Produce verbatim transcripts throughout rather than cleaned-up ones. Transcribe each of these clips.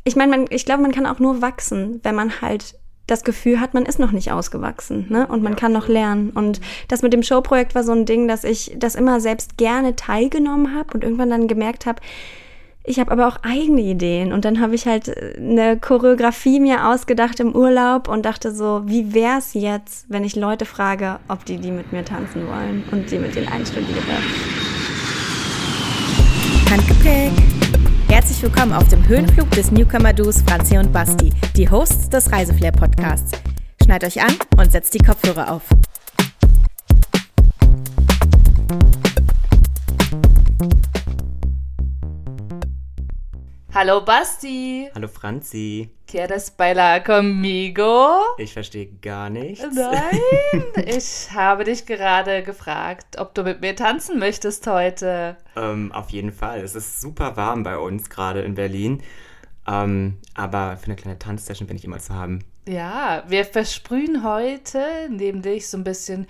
ich meine, man, ich glaube, man kann auch nur wachsen, wenn man halt das Gefühl hat, man ist noch nicht ausgewachsen, ne? Und man ja, kann noch lernen. Und das mit dem Showprojekt war so ein Ding, dass ich das immer selbst gerne teilgenommen habe und irgendwann dann gemerkt habe, ich habe aber auch eigene Ideen. Und dann habe ich halt eine Choreografie mir ausgedacht im Urlaub und dachte so, wie wär's jetzt, wenn ich Leute frage, ob die die mit mir tanzen wollen und die mit denen einstudiere. Handgepäck. Herzlich willkommen auf dem Höhenflug des Newcomer-Duos Franzi und Basti, die Hosts des Reiseflair-Podcasts. Schneidt euch an und setzt die Kopfhörer auf. Hallo Basti. Hallo Franzi. ¿Quieres bailar conmigo? Ich verstehe gar nichts. Nein, ich habe dich gerade gefragt, ob du mit mir tanzen möchtest heute. Ähm, auf jeden Fall. Es ist super warm bei uns gerade in Berlin. Ähm, aber für eine kleine Tanzsession bin ich immer zu haben. Ja, wir versprühen heute nämlich so ein bisschen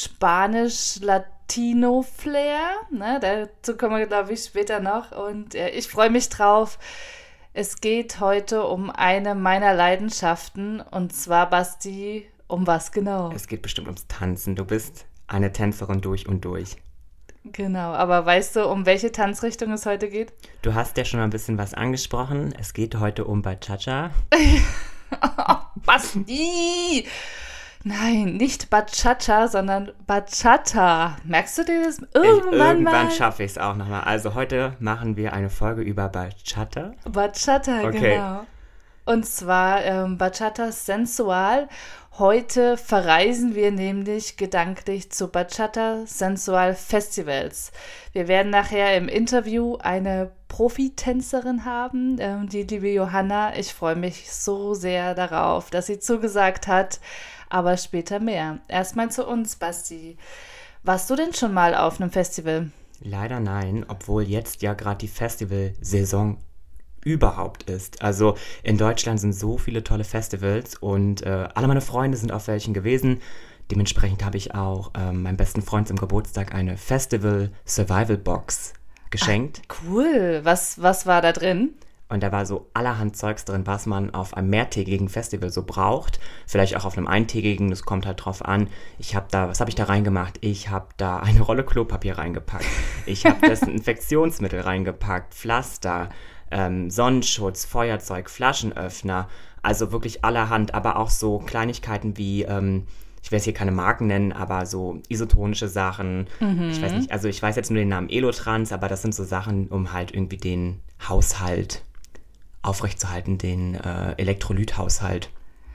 Spanisch-Latino-Flair. Ne, dazu kommen wir, glaube ich, später noch. Und äh, ich freue mich drauf. Es geht heute um eine meiner Leidenschaften. Und zwar, Basti, um was genau? Es geht bestimmt ums Tanzen. Du bist eine Tänzerin durch und durch. Genau, aber weißt du, um welche Tanzrichtung es heute geht? Du hast ja schon mal ein bisschen was angesprochen. Es geht heute um Bachata. Oh, Basti! Nein, nicht Bachata, sondern Bachata. Merkst du dir das irgendwann ich, Irgendwann mal? schaffe ich es auch nochmal. Also heute machen wir eine Folge über Bachata. Bachata, okay. Genau. Und zwar ähm, Bachata Sensual. Heute verreisen wir nämlich gedanklich zu Bachata Sensual Festivals. Wir werden nachher im Interview eine Profitänzerin haben, ähm, die liebe Johanna. Ich freue mich so sehr darauf, dass sie zugesagt hat, aber später mehr. Erstmal zu uns, Basti. Warst du denn schon mal auf einem Festival? Leider nein, obwohl jetzt ja gerade die Festivalsaison überhaupt ist. Also in Deutschland sind so viele tolle Festivals und äh, alle meine Freunde sind auf welchen gewesen. Dementsprechend habe ich auch äh, meinem besten Freund zum Geburtstag eine Festival Survival Box geschenkt. Ach, cool. Was, was war da drin? Und da war so allerhand Zeugs drin, was man auf einem mehrtägigen Festival so braucht. Vielleicht auch auf einem eintägigen, das kommt halt drauf an. Ich habe da, was habe ich da reingemacht? Ich habe da eine Rolle Klopapier reingepackt. Ich habe Desinfektionsmittel reingepackt, Pflaster, ähm, Sonnenschutz, Feuerzeug, Flaschenöffner. Also wirklich allerhand, aber auch so Kleinigkeiten wie, ähm, ich will jetzt hier keine Marken nennen, aber so isotonische Sachen. Mhm. Ich weiß nicht, also ich weiß jetzt nur den Namen Elotrans, aber das sind so Sachen, um halt irgendwie den Haushalt aufrechtzuerhalten, den äh, Elektrolythaushalt.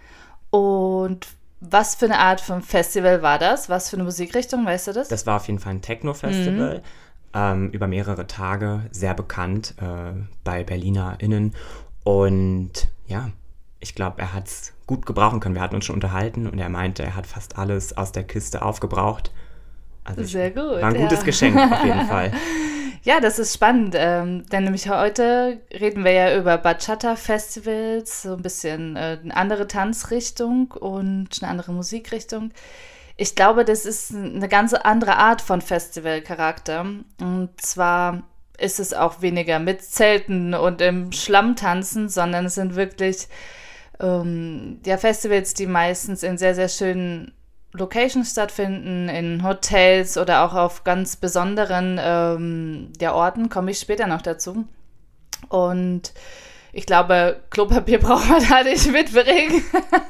Und was für eine Art von Festival war das? Was für eine Musikrichtung, weißt du das? Das war auf jeden Fall ein Techno-Festival, mhm. ähm, über mehrere Tage, sehr bekannt äh, bei BerlinerInnen. Und ja, ich glaube, er hat es gut gebrauchen können. Wir hatten uns schon unterhalten und er meinte, er hat fast alles aus der Kiste aufgebraucht. Also sehr ich, gut. War ein gutes ja. Geschenk auf jeden Fall. Ja, das ist spannend, ähm, denn nämlich heute reden wir ja über Bachata-Festivals, so ein bisschen äh, eine andere Tanzrichtung und eine andere Musikrichtung. Ich glaube, das ist eine ganz andere Art von Festivalcharakter. Und zwar ist es auch weniger mit Zelten und im Schlamm tanzen, sondern es sind wirklich ähm, ja, Festivals, die meistens in sehr, sehr schönen Locations stattfinden, in Hotels oder auch auf ganz besonderen ähm, ja, Orten, komme ich später noch dazu. Und ich glaube, Klopapier braucht man da nicht mitbringen.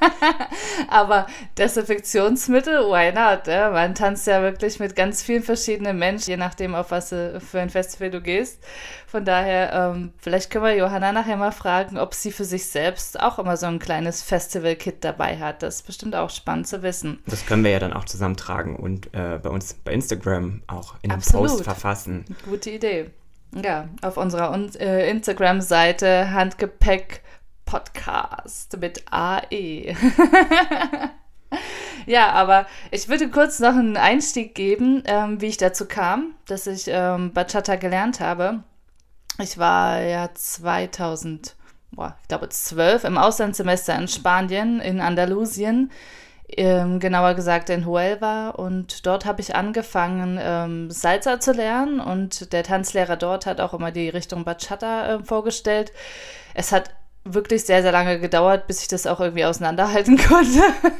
Aber Desinfektionsmittel, why not? Ja? Man tanzt ja wirklich mit ganz vielen verschiedenen Menschen, je nachdem, auf was für ein Festival du gehst. Von daher, ähm, vielleicht können wir Johanna nachher mal fragen, ob sie für sich selbst auch immer so ein kleines Festival-Kit dabei hat. Das ist bestimmt auch spannend zu wissen. Das können wir ja dann auch zusammentragen und äh, bei uns bei Instagram auch in einem Absolut. Post verfassen. Gute Idee. Ja, auf unserer äh, Instagram-Seite Handgepäck Podcast mit A E. Ja, aber ich würde kurz noch einen Einstieg geben, ähm, wie ich dazu kam, dass ich ähm, Bachata gelernt habe. Ich war ja zweitausend, boah, ich glaube zwölf im Auslandssemester in Spanien, in Andalusien. Ähm, genauer gesagt in Huelva, und dort habe ich angefangen, ähm, Salsa zu lernen, und der Tanzlehrer dort hat auch immer die Richtung Bachata äh, vorgestellt. Es hat wirklich sehr, sehr lange gedauert, bis ich das auch irgendwie auseinanderhalten konnte.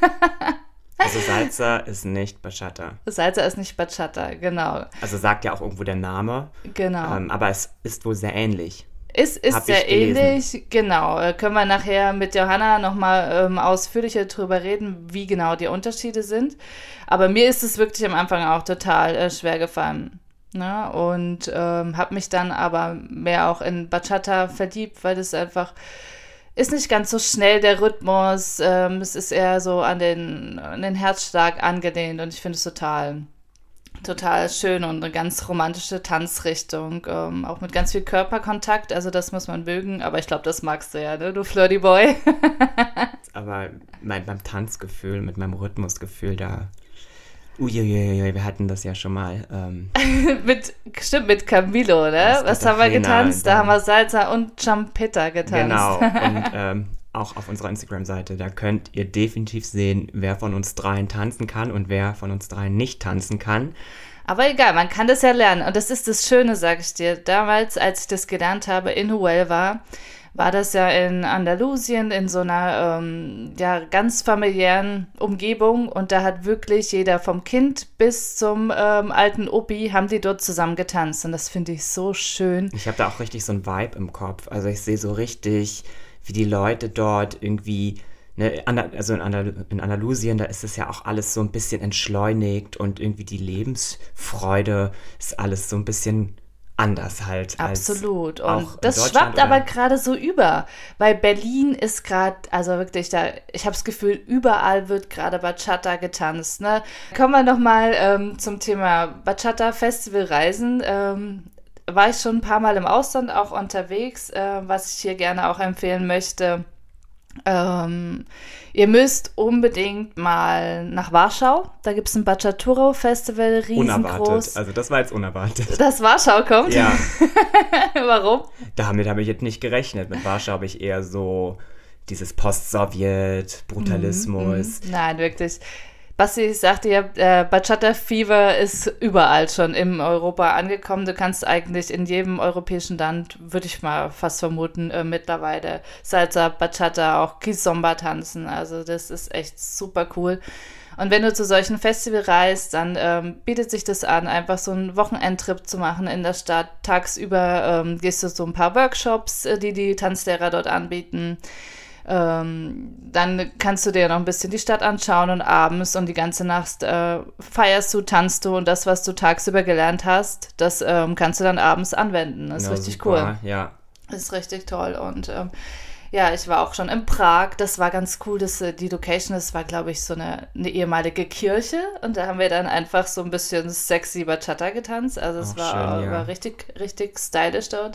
Also Salsa ist nicht Bachata. Salsa ist nicht Bachata, genau. Also sagt ja auch irgendwo der Name. Genau. Ähm, aber es ist wohl sehr ähnlich. Es ist Hab sehr ich gelesen. ähnlich, genau. Äh, Können wir nachher mit Johanna nochmal ähm, ausführlicher drüber reden, wie genau die Unterschiede sind. Aber mir ist es wirklich am Anfang auch total äh, schwer gefallen. Ne? Und ähm, habe mich dann aber mehr auch in Bachata verliebt, weil das einfach ist nicht ganz so schnell, der Rhythmus. Ähm, es ist eher so an den, an den Herzschlag angelehnt und ich finde es total, total schön und eine ganz romantische Tanzrichtung. Ähm, auch mit ganz viel Körperkontakt, also das muss man mögen, aber ich glaube, das magst du ja, ne, du Flirty Boy. Aber mein, beim Tanzgefühl, mit meinem Rhythmusgefühl, da uiuiui, wir hatten das ja schon mal. Ähm, mit, stimmt, mit Camilo, ne? Was haben wir getanzt? Da haben wir Salsa und Champeta getanzt. Genau, und ähm, auch auf unserer Instagram-Seite, da könnt ihr definitiv sehen, wer von uns dreien tanzen kann und wer von uns dreien nicht tanzen kann. Aber egal, man kann das ja lernen. Und das ist das Schöne, sag ich dir. Damals, als ich das gelernt habe in Huelva, war das ja in Andalusien in so einer ähm, ja, ganz familiären Umgebung und da hat wirklich jeder vom Kind bis zum ähm, alten Opi haben die dort zusammen getanzt und das finde ich so schön. Ich habe da auch richtig so ein Vibe im Kopf. Also ich sehe so richtig, wie die Leute dort irgendwie, ne, also in, Andal- in Andalusien, da ist es ja auch alles so ein bisschen entschleunigt und irgendwie die Lebensfreude ist alles so ein bisschen anders halt. Absolut. Als und das schwappt aber gerade so über, weil Berlin ist gerade, also wirklich da, ich habe das Gefühl, überall wird gerade Bachata getanzt. Ne? Kommen wir nochmal ähm, zum Thema Bachata-Festivalreisen. Ähm, war ich schon ein paar Mal im Ausland auch unterwegs, äh, was ich hier gerne auch empfehlen möchte. Ähm, ihr müsst unbedingt mal nach Warschau. Da gibt es ein Bachaturo-Festival, riesengroß. Unerwartet, also das war jetzt unerwartet. Dass Warschau kommt? Ja. Warum? Damit habe ich jetzt nicht gerechnet. Mit Warschau habe ich eher so dieses Post-Sowjet-Brutalismus. Mm, mm, nein, wirklich. Basti, ich sagte ja, äh, Bachata-Fever ist überall schon in Europa angekommen. Du kannst eigentlich in jedem europäischen Land, würde ich mal fast vermuten, äh, mittlerweile Salsa, Bachata, auch Kizomba tanzen. Also das ist echt super cool. Und wenn du zu solchen Festivals reist, dann ähm, bietet sich das an, einfach so einen Wochenendtrip zu machen in der Stadt. Tagsüber ähm, gehst du so ein paar Workshops, äh, die die Tanzlehrer dort anbieten. Ähm, dann kannst du dir noch ein bisschen die Stadt anschauen und abends und die ganze Nacht äh, feierst du, tanzt du und das, was du tagsüber gelernt hast, das ähm, kannst du dann abends anwenden. Das ist ja, richtig super, cool. Ja. Das ist richtig toll und ähm, ja, ich war auch schon in Prag, das war ganz cool, das, die Location, das war, glaube ich, so eine, eine ehemalige Kirche und da haben wir dann einfach so ein bisschen sexy Bachata getanzt, also es auch war, schön, ja. war richtig, richtig stylisch dort.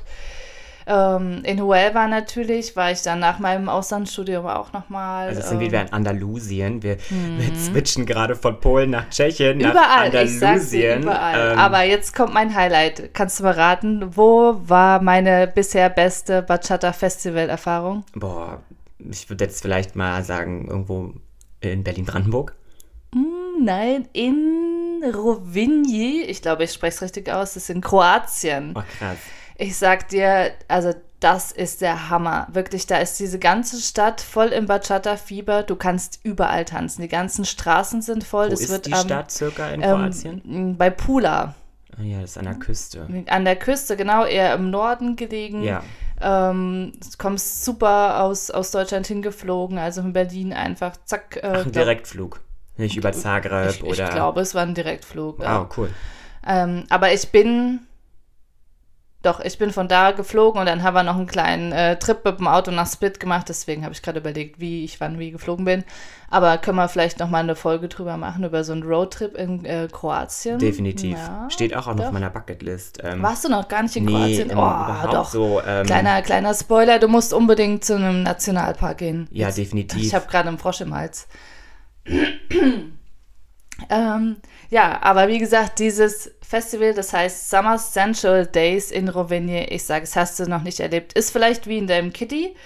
Ähm, in Huelva natürlich, war ich dann nach meinem Auslandsstudium auch nochmal. Also sind ähm, wir in Andalusien. Wir, mhm. wir switchen gerade von Polen nach Tschechien, nach überall, Andalusien. ich sag's dir, überall. Ähm, Aber jetzt kommt mein Highlight. Kannst du verraten, wo war meine bisher beste Bachata-Festival-Erfahrung? Boah, ich würde jetzt vielleicht mal sagen, irgendwo in Berlin-Brandenburg. Mm, nein, in Rovinj. Ich glaube, ich spreche es richtig aus. Das ist in Kroatien. Oh, krass. Ich sag dir, also das ist der Hammer. Wirklich, da ist diese ganze Stadt voll im Bachata-Fieber. Du kannst überall tanzen. Die ganzen Straßen sind voll. Wo das ist wird, die ähm, Stadt circa in Kroatien? Ähm, bei Pula. Ah, ja, das ist an der Küste. An der Küste, genau, eher im Norden gelegen. Ja. Ähm, du kommst super aus, aus Deutschland hingeflogen, also in Berlin einfach, zack. Äh, Ach, ein Direktflug. Nicht über Zagreb ich, oder... Ich glaube, es war ein Direktflug. Wow, ja. cool. Ähm, aber ich bin... Doch, ich bin von da geflogen und dann haben wir noch einen kleinen äh, Trip mit dem Auto nach Split gemacht. Deswegen habe ich gerade überlegt, wie ich wann wie geflogen bin. Aber können wir vielleicht noch mal eine Folge drüber machen, über so einen Roadtrip in äh, Kroatien? Definitiv. Ja, steht auch, auch noch doch. auf meiner Bucketlist. Ähm, Warst du noch gar nicht in nee, Kroatien? ähm, Oh, überhaupt doch. so. Ähm, kleiner, kleiner Spoiler, du musst unbedingt zu einem Nationalpark gehen. Ja, Jetzt, definitiv. Ich habe gerade einen Frosch im Hals. ähm, ja, aber wie gesagt, dieses Festival, das heißt Summer Sensual Days in Rovinj, ich sage, es hast du noch nicht erlebt, ist vielleicht wie in deinem Kitty,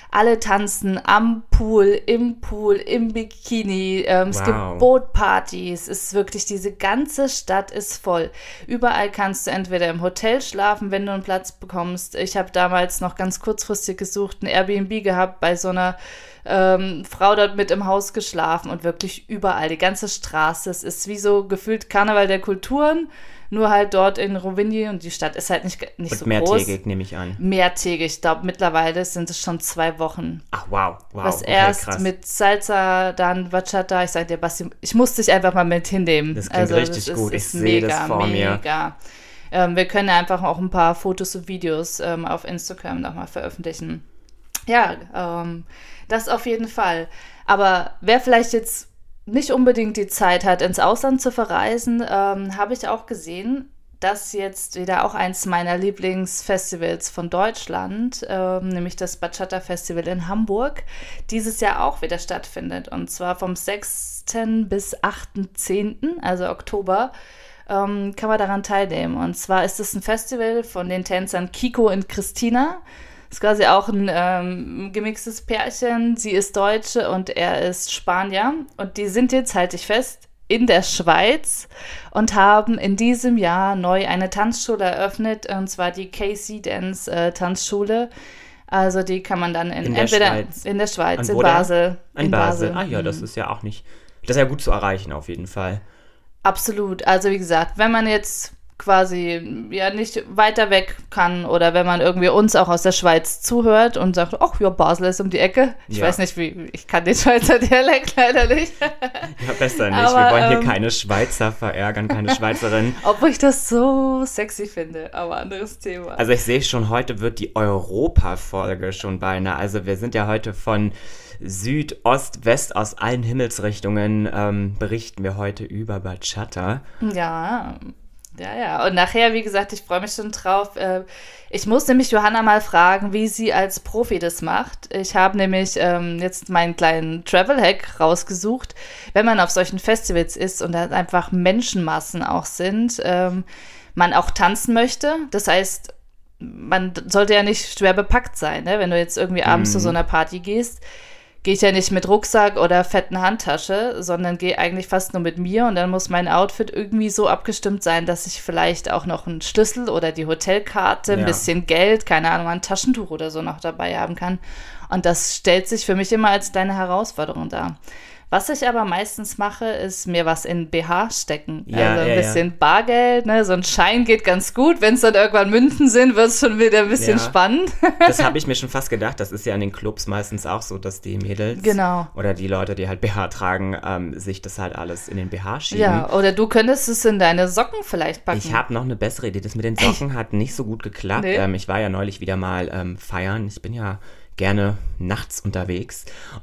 Alle tanzen am Pool, im Pool, im Bikini. Ähm, wow. Es gibt Bootpartys. Es ist wirklich, diese ganze Stadt ist voll. Überall kannst du entweder im Hotel schlafen, wenn du einen Platz bekommst. Ich habe damals noch ganz kurzfristig gesucht, ein Airbnb gehabt, bei so einer ähm, Frau dort mit im Haus geschlafen und wirklich überall. Die ganze Straße. Es ist wie so gefühlt Karneval der Kulturen. Nur halt dort in Rovinj und die Stadt ist halt nicht, nicht so groß. Mehrtägig, nehme ich an. Mehrtägig. Ich glaube, mittlerweile sind es schon zwei Wochen. Ach, wow. wow. Was okay, erst krass. mit Salsa, dann Bachata. Ich sag dir, Basti, ich muss dich einfach mal mit hinnehmen. Das klingt also, richtig das gut. Ist, ich ist sehe mega, das vor mega. mir. Ähm, wir können einfach auch ein paar Fotos und Videos ähm, auf Instagram nochmal veröffentlichen. Ja, ähm, das auf jeden Fall. Aber wer vielleicht jetzt nicht unbedingt die Zeit hat, ins Ausland zu verreisen, ähm, habe ich auch gesehen, dass jetzt wieder auch eins meiner Lieblingsfestivals von Deutschland, ähm, nämlich das Bachata Festival in Hamburg, dieses Jahr auch wieder stattfindet. Und zwar vom sechsten bis achten zehnten, also Oktober, ähm, kann man daran teilnehmen. Und zwar ist es ein Festival von den Tänzern Kiko und Christina. Das ist quasi auch ein ähm, gemixtes Pärchen. Sie ist Deutsche und er ist Spanier. Und die sind jetzt, halte ich fest, in der Schweiz und haben in diesem Jahr neu eine Tanzschule eröffnet, und zwar die K C Dance äh, Tanzschule. Also die kann man dann in, in der entweder Schweiz. in der Schweiz, An in Basel. In, in Basel. Basel. Ah ja, das ist ja auch nicht, das ist ja gut zu erreichen auf jeden Fall. Absolut. Also wie gesagt, wenn man jetzt quasi ja nicht weiter weg kann oder wenn man irgendwie uns auch aus der Schweiz zuhört und sagt, ach ja, Basel ist um die Ecke. Ich ja. weiß nicht, wie, ich kann den Schweizer Dialekt leider nicht. Ja, besser nicht. Aber, wir wollen hier ähm, keine Schweizer verärgern, keine Schweizerin. Obwohl ich das so sexy finde, aber anderes Thema. Also ich sehe schon, heute wird die Europa-Folge schon beinahe. Also wir sind ja heute von Süd, Ost, West, aus allen Himmelsrichtungen ähm, berichten wir heute über Bachata. Ja, Ja, ja. Und nachher, wie gesagt, ich freue mich schon drauf. Ich muss nämlich Johanna mal fragen, wie sie als Profi das macht. Ich habe nämlich ähm, jetzt meinen kleinen Travel-Hack rausgesucht. Wenn man auf solchen Festivals ist und da einfach Menschenmassen auch sind, ähm, man auch tanzen möchte. Das heißt, man sollte ja nicht schwer bepackt sein, ne? Wenn du jetzt irgendwie abends mhm. zu so einer Party gehst, gehe ich ja nicht mit Rucksack oder fetten Handtasche, sondern gehe eigentlich fast nur mit mir und dann muss mein Outfit irgendwie so abgestimmt sein, dass ich vielleicht auch noch einen Schlüssel oder die Hotelkarte, ein ja. bisschen Geld, keine Ahnung, ein Taschentuch oder so noch dabei haben kann. Und das stellt sich für mich immer als kleine Herausforderung dar. Was ich aber meistens mache, ist mir was in B H stecken. Ja, also ein ja, bisschen ja. Bargeld, ne? So ein Schein geht ganz gut. Wenn es dann irgendwann Münzen sind, wird es schon wieder ein bisschen ja. spannend. Das habe ich mir schon fast gedacht. Das ist ja in den Clubs meistens auch so, dass die Mädels genau. oder die Leute, die halt B H tragen, ähm, sich das halt alles in den B H schieben. Ja, oder du könntest es in deine Socken vielleicht packen. Ich habe noch eine bessere Idee. Das mit den Socken hat nicht so gut geklappt. Nee. Ähm, ich war ja neulich wieder mal ähm, feiern. Ich bin ja gerne nachts unterwegs.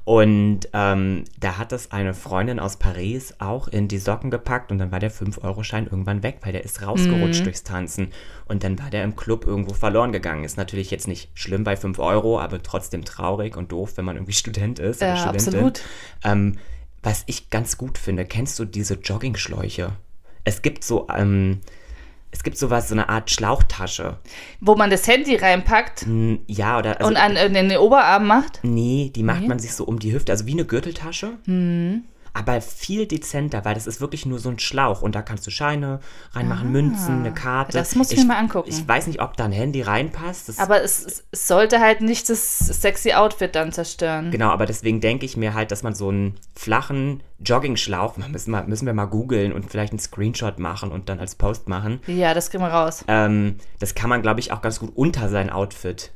Und ähm, da hat das eine Freundin aus Paris auch in die Socken gepackt und dann war der fünf Euro Schein irgendwann weg, weil der ist rausgerutscht mhm. durchs Tanzen. Und dann war der im Club irgendwo verloren gegangen. Ist natürlich jetzt nicht schlimm bei fünf Euro, aber trotzdem traurig und doof, wenn man irgendwie Student ist oder ja, Studentin. Absolut. Ähm, was ich ganz gut finde, kennst du diese Joggingschläuche? Es gibt so... Ähm, Es gibt sowas, so eine Art Schlauchtasche. Wo man das Handy reinpackt? N- ja, oder... Also, und an, in den Oberarm macht? Nee, die macht nee. man sich so um die Hüfte, also wie eine Gürteltasche. Mhm. Aber viel dezenter, weil das ist wirklich nur so ein Schlauch. Und da kannst du Scheine reinmachen, ah, Münzen, eine Karte. Das muss ich, ich mir mal angucken. Ich weiß nicht, ob da ein Handy reinpasst. Das aber es, es sollte halt nicht das sexy Outfit dann zerstören. Genau, aber deswegen denke ich mir halt, dass man so einen flachen Jogging-Schlauch, müssen wir, müssen wir mal googeln und vielleicht einen Screenshot machen und dann als Post machen. Ja, das kriegen wir raus. Ähm, das kann man, glaube ich, auch ganz gut unter sein Outfit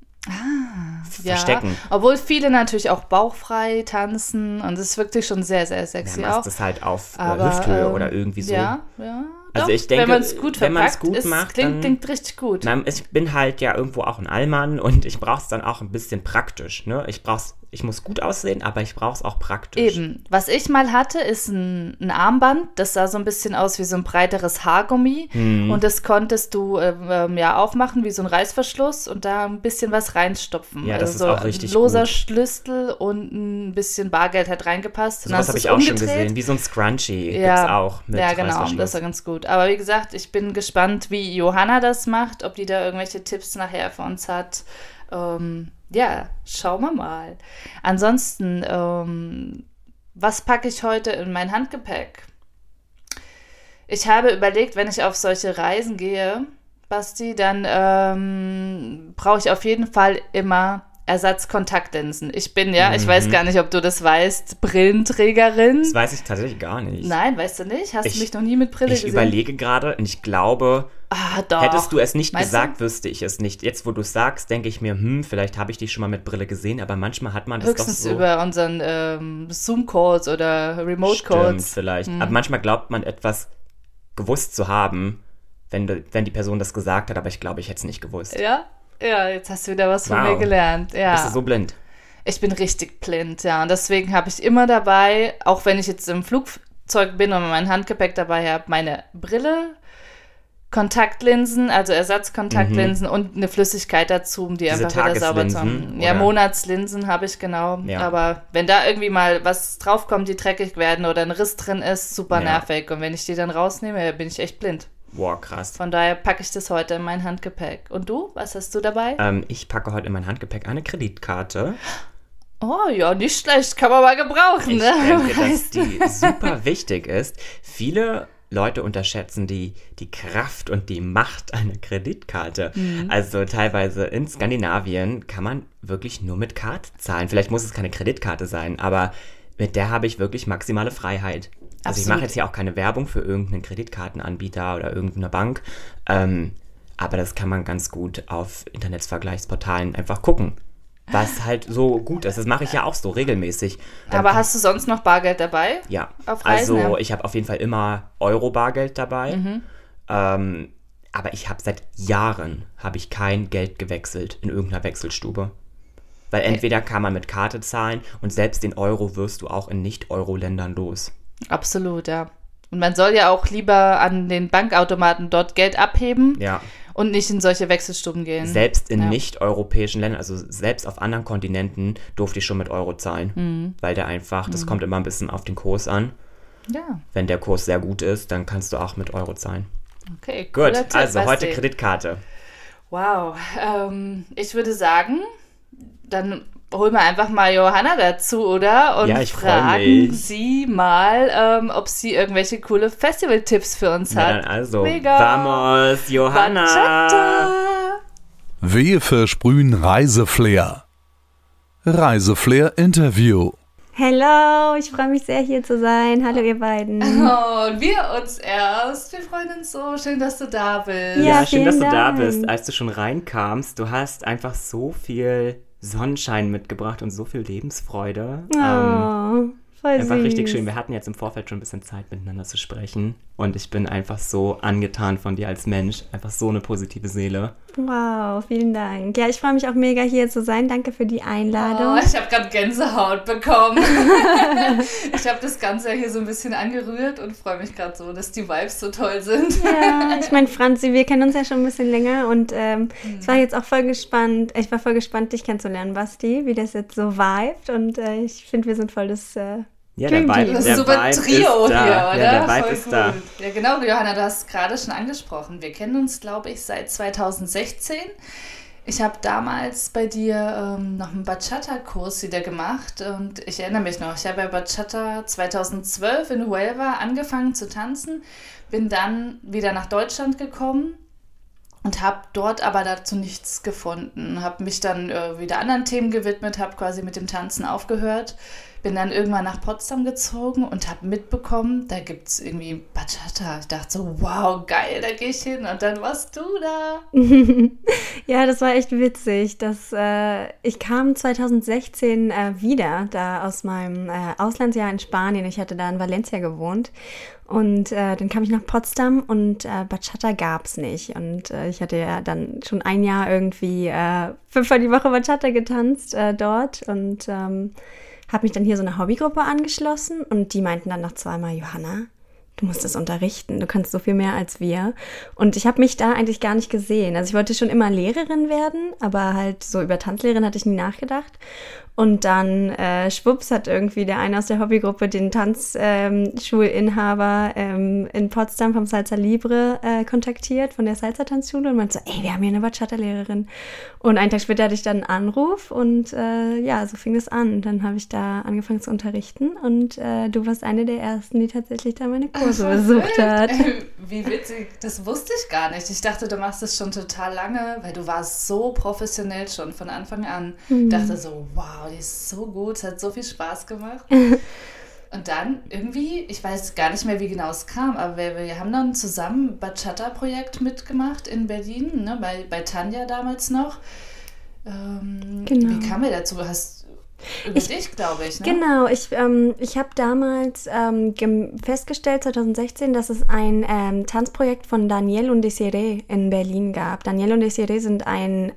Ah, verstecken. Ja. Obwohl viele natürlich auch bauchfrei tanzen und es ist wirklich schon sehr, sehr sexy ja, auch. das halt auf aber, Hüfthöhe ähm, oder irgendwie so. Ja, ja. Also Doch, ich denke, wenn man es gut wenn man es verpackt, gut ist, macht, klingt, dann, klingt richtig gut. Na, ich bin halt ja irgendwo auch ein Allmann und ich brauche es dann auch ein bisschen praktisch. Ne? Ich brauch's, ich muss gut aussehen, aber ich brauche es auch praktisch. Eben. Was ich mal hatte, ist ein, ein Armband. Das sah so ein bisschen aus wie so ein breiteres Haargummi. Hm. Und das konntest du ähm, ja aufmachen wie so ein Reißverschluss und da ein bisschen was reinstopfen. Ja, das also ist so auch richtig ein loser gut. Schlüssel und ein bisschen Bargeld hat reingepasst. So was habe ich auch schon gesehen. Wie so ein Scrunchie ja, gibt's auch mit ja, genau. Reißverschluss. Das war ganz gut. Aber wie gesagt, ich bin gespannt, wie Johanna das macht, ob die da irgendwelche Tipps nachher für uns hat. Ähm, ja, schauen wir mal. Ansonsten, ähm, was packe ich heute in mein Handgepäck? Ich habe überlegt, wenn ich auf solche Reisen gehe, Basti, dann ähm, brauche ich auf jeden Fall immer Ersatzkontaktlinsen. Ich bin ja, mhm. ich weiß gar nicht, ob du das weißt, Brillenträgerin. Das weiß ich tatsächlich gar nicht. Nein, weißt du nicht? Hast ich, du mich noch nie mit Brille ich gesehen? Ich überlege gerade und ich glaube, ah, doch. hättest du es nicht Meinst gesagt, du? Wüsste ich es nicht. Jetzt, wo du es sagst, denke ich mir, hm, vielleicht habe ich dich schon mal mit Brille gesehen, aber manchmal hat man das Höchstens doch so. über unseren ähm, Zoom-Calls oder Remote-Calls. Stimmt, vielleicht. Mhm. Aber manchmal glaubt man etwas gewusst zu haben, wenn, wenn die Person das gesagt hat, aber ich glaube, ich hätte es nicht gewusst. Ja? Ja, jetzt hast du wieder was wow. von mir gelernt. Ja. Bist du so blind? Ich bin richtig blind, ja. Und deswegen habe ich immer dabei, auch wenn ich jetzt im Flugzeug bin und mein Handgepäck dabei habe, meine Brille, Kontaktlinsen, also Ersatzkontaktlinsen mhm. und eine Flüssigkeit dazu, um die Diese einfach wieder sauber zu haben. Ja, oder? Monatslinsen habe ich genau. Ja. Aber wenn da irgendwie mal was draufkommt, die dreckig werden oder ein Riss drin ist, super ja. nervig. Und wenn ich die dann rausnehme, bin ich echt blind. Boah, krass. Von daher packe ich das heute in mein Handgepäck. Und du? Was hast du dabei? Ähm, ich packe heute in mein Handgepäck eine Kreditkarte. Oh ja, nicht schlecht. Kann man mal gebrauchen. Ich ne? denke, dass die super wichtig ist. Viele Leute unterschätzen die, die Kraft und die Macht einer Kreditkarte. Mhm. Also teilweise in Skandinavien kann man wirklich nur mit Karte zahlen. Vielleicht muss es keine Kreditkarte sein, aber mit der habe ich wirklich maximale Freiheit. Also Absolut. Ich mache jetzt hier auch keine Werbung für irgendeinen Kreditkartenanbieter oder irgendeine Bank, ähm, aber das kann man ganz gut auf Internetvergleichsportalen einfach gucken, was halt so gut ist. Das mache ich ja auch so regelmäßig. Dann aber hast du sonst noch Bargeld dabei? Ja, auf Reisen, also ja. ich habe auf jeden Fall immer Euro-Bargeld dabei, mhm. ähm, aber ich habe seit Jahren habe ich kein Geld gewechselt in irgendeiner Wechselstube. Weil entweder kann man mit Karte zahlen und selbst den Euro wirst du auch in Nicht-Euro-Ländern los. Absolut, ja. Und man soll ja auch lieber an den Bankautomaten dort Geld abheben ja. und nicht in solche Wechselstuben gehen. Selbst in ja. nicht-europäischen Ländern, also selbst auf anderen Kontinenten durfte ich schon mit Euro zahlen, mhm. weil der einfach, das mhm. kommt immer ein bisschen auf den Kurs an. Ja. Wenn der Kurs sehr gut ist, dann kannst du auch mit Euro zahlen. Okay, gut. Tipp, Also heute Kreditkarte. Wow. Ähm, ich würde sagen, dann holen wir einfach mal Johanna dazu, oder? Und ja, ich fragen sie mal, ähm, ob sie irgendwelche coole Festival-Tipps für uns ja, hat. Dann also, Mega. Vamos, Johanna! Bachata. Wir versprühen Reiseflair. Reiseflair Interview. Hello, ich freue mich sehr, hier zu sein. Hallo, ihr beiden. Oh, und wir uns erst. Wir freuen uns so. Schön, dass du da bist. Ja, ja schön, dass du Dank. da bist. Als du schon reinkamst, du hast einfach so viel Sonnenschein mitgebracht und so viel Lebensfreude. Oh, ähm, voll einfach süß. richtig schön. Wir hatten jetzt im Vorfeld schon ein bisschen Zeit, miteinander zu sprechen. Und ich bin einfach so angetan von dir als Mensch. Einfach so eine positive Seele. Wow, vielen Dank. Ja, ich freue mich auch mega, hier zu sein. Danke für die Einladung. Oh, ich habe gerade Gänsehaut bekommen. Ich habe das Ganze hier so ein bisschen angerührt und freue mich gerade so, dass die Vibes so toll sind. Ja, ich meine, Franzi, wir kennen uns ja schon ein bisschen länger und ähm, Mhm. ich war jetzt auch voll gespannt, ich war voll gespannt, dich kennenzulernen, Basti, wie das jetzt so vibet und äh, ich finde, wir sind voll das äh, Ja, der Vibe, Das der ist super Vibe Trio ist hier, da. oder? Ja, der Vibe Voll ist gut. da. Ja, genau, Johanna, du hast es gerade schon angesprochen. Wir kennen uns, glaube ich, seit zwanzig sechzehn. Ich habe damals bei dir ähm, noch einen Bachata-Kurs wieder gemacht und ich erinnere mich noch, ich habe bei Bachata zweitausendzwölf in Huelva angefangen zu tanzen, bin dann wieder nach Deutschland gekommen und habe dort aber dazu nichts gefunden. Habe mich dann äh, wieder anderen Themen gewidmet, habe quasi mit dem Tanzen aufgehört. Bin dann irgendwann nach Potsdam gezogen und habe mitbekommen, da gibt es irgendwie Bachata. Ich dachte so, wow, geil, da gehe ich hin. Und dann warst du da. Ja, das war echt witzig. Das, äh, ich kam zwanzig sechzehn äh, wieder da aus meinem äh, Auslandsjahr in Spanien. Ich hatte da in Valencia gewohnt. Und äh, dann kam ich nach Potsdam und äh, Bachata gab's nicht. Und äh, ich hatte ja dann schon ein Jahr irgendwie äh, fünfmal die Woche Bachata getanzt äh, dort. Und ähm, habe mich dann hier so einer Hobbygruppe angeschlossen. Und die meinten dann nach zweimal, Johanna, du musst es unterrichten, du kannst so viel mehr als wir. Und ich habe mich da eigentlich gar nicht gesehen. Also ich wollte schon immer Lehrerin werden, aber halt so über Tanzlehrerin hatte ich nie nachgedacht. Und dann äh, schwupps hat irgendwie der eine aus der Hobbygruppe den Tanzschulinhaber ähm, in Potsdam vom Salsa Libre äh, kontaktiert, von der Salsa-Tanzschule, und meinte so, ey, wir haben hier eine Bachata-Lehrerin. Und einen Tag später hatte ich dann einen Anruf und äh, ja, so fing es an. Dann habe ich da angefangen zu unterrichten und äh, du warst eine der Ersten, die tatsächlich da meine Kurse besucht hat. Wie witzig, das wusste ich gar nicht. Ich dachte, du machst das schon total lange, weil du warst so professionell schon von Anfang an. Ich mhm. dachte so, wow, die ist so gut, es hat so viel Spaß gemacht. Und dann irgendwie, ich weiß gar nicht mehr, wie genau es kam, aber wir, wir haben dann zusammen ein Bachata-Projekt mitgemacht in Berlin, ne, bei, bei Tanja damals noch. Ähm, genau. Wie kamen wir dazu? Hast über ich, dich, glaube ich, ne? Genau, ich, ähm, ich habe damals ähm, festgestellt, zwanzig sechzehn, dass es ein ähm, Tanzprojekt von Daniel und Desiree in Berlin gab. Daniel und Desiree sind ein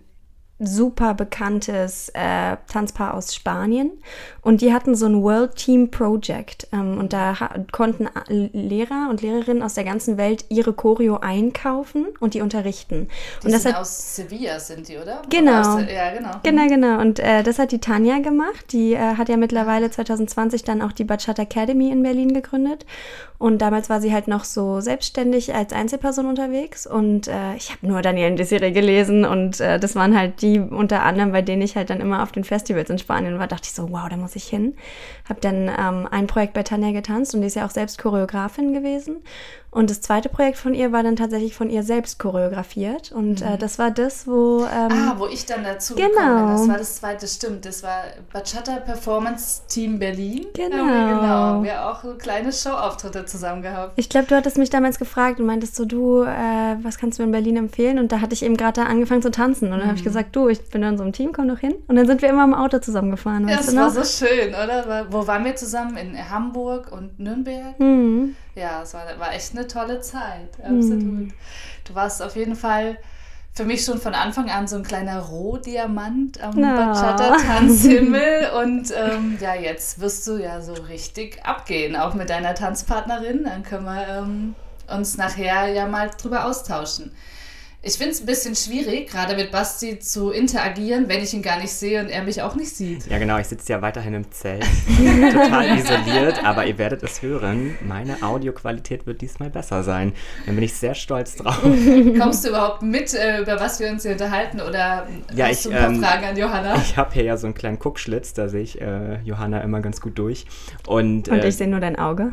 super bekanntes äh, Tanzpaar aus Spanien, und die hatten so ein World Team Project, ähm, und da ha- konnten Lehrer und Lehrerinnen aus der ganzen Welt ihre Choreo einkaufen und die unterrichten. Die und das sind hat, aus Sevilla, sind die, oder? Genau. Oder der, ja, genau. Genau, genau. Und äh, das hat die Tanja gemacht. Die äh, hat ja mittlerweile zwanzig zwanzig dann auch die Bachata Academy in Berlin gegründet. Und damals war sie halt noch so selbstständig als Einzelperson unterwegs. Und äh, ich habe nur Daniel und Desiree gelesen. Und äh, das waren halt die unter anderem, bei denen ich halt dann immer auf den Festivals in Spanien war. Dachte ich so, wow, da muss ich hin. Habe dann ähm, ein Projekt bei Tanja getanzt. Und die ist ja auch selbst Choreografin gewesen. Und das zweite Projekt von ihr war dann tatsächlich von ihr selbst choreografiert. Und mhm. äh, das war das, wo... Ähm, ah, wo ich dann dazu genau. gekommen bin. Das war das zweite, stimmt. Das war Bachata Performance Team Berlin. Genau. Ja, genau. Wir haben auch so kleine Showauftritte zusammen gehabt. Ich glaube, du hattest mich damals gefragt und meintest so, du, äh, was kannst du in Berlin empfehlen? Und da hatte ich eben gerade da angefangen zu tanzen. Und dann mhm. habe ich gesagt, du, ich bin in unserem Team, komm doch hin. Und dann sind wir immer im Auto zusammengefahren. Ja, das war noch? so schön, oder? Wo waren wir zusammen? In Hamburg und Nürnberg? Mhm. Ja, es war, war echt eine tolle Zeit, absolut. Mm. Du warst auf jeden Fall für mich schon von Anfang an so ein kleiner Rohdiamant am no. Bachata-Tanzhimmel. Und ähm, ja, jetzt wirst du ja so richtig abgehen, auch mit deiner Tanzpartnerin. Dann können wir ähm, uns nachher ja mal drüber austauschen. Ich finde es ein bisschen schwierig, gerade mit Basti zu interagieren, wenn ich ihn gar nicht sehe und er mich auch nicht sieht. Ja genau, ich sitze ja weiterhin im Zelt, total isoliert, aber ihr werdet es hören, meine Audioqualität wird diesmal besser sein. Da bin ich sehr stolz drauf. Kommst du überhaupt mit, äh, über was wir uns hier unterhalten, oder ja, hast ich, du ein paar ähm, Fragen an Johanna? Ich habe hier ja so einen kleinen Guckschlitz, da sehe ich äh, Johanna immer ganz gut durch. Und, und äh, ich sehe nur dein Auge.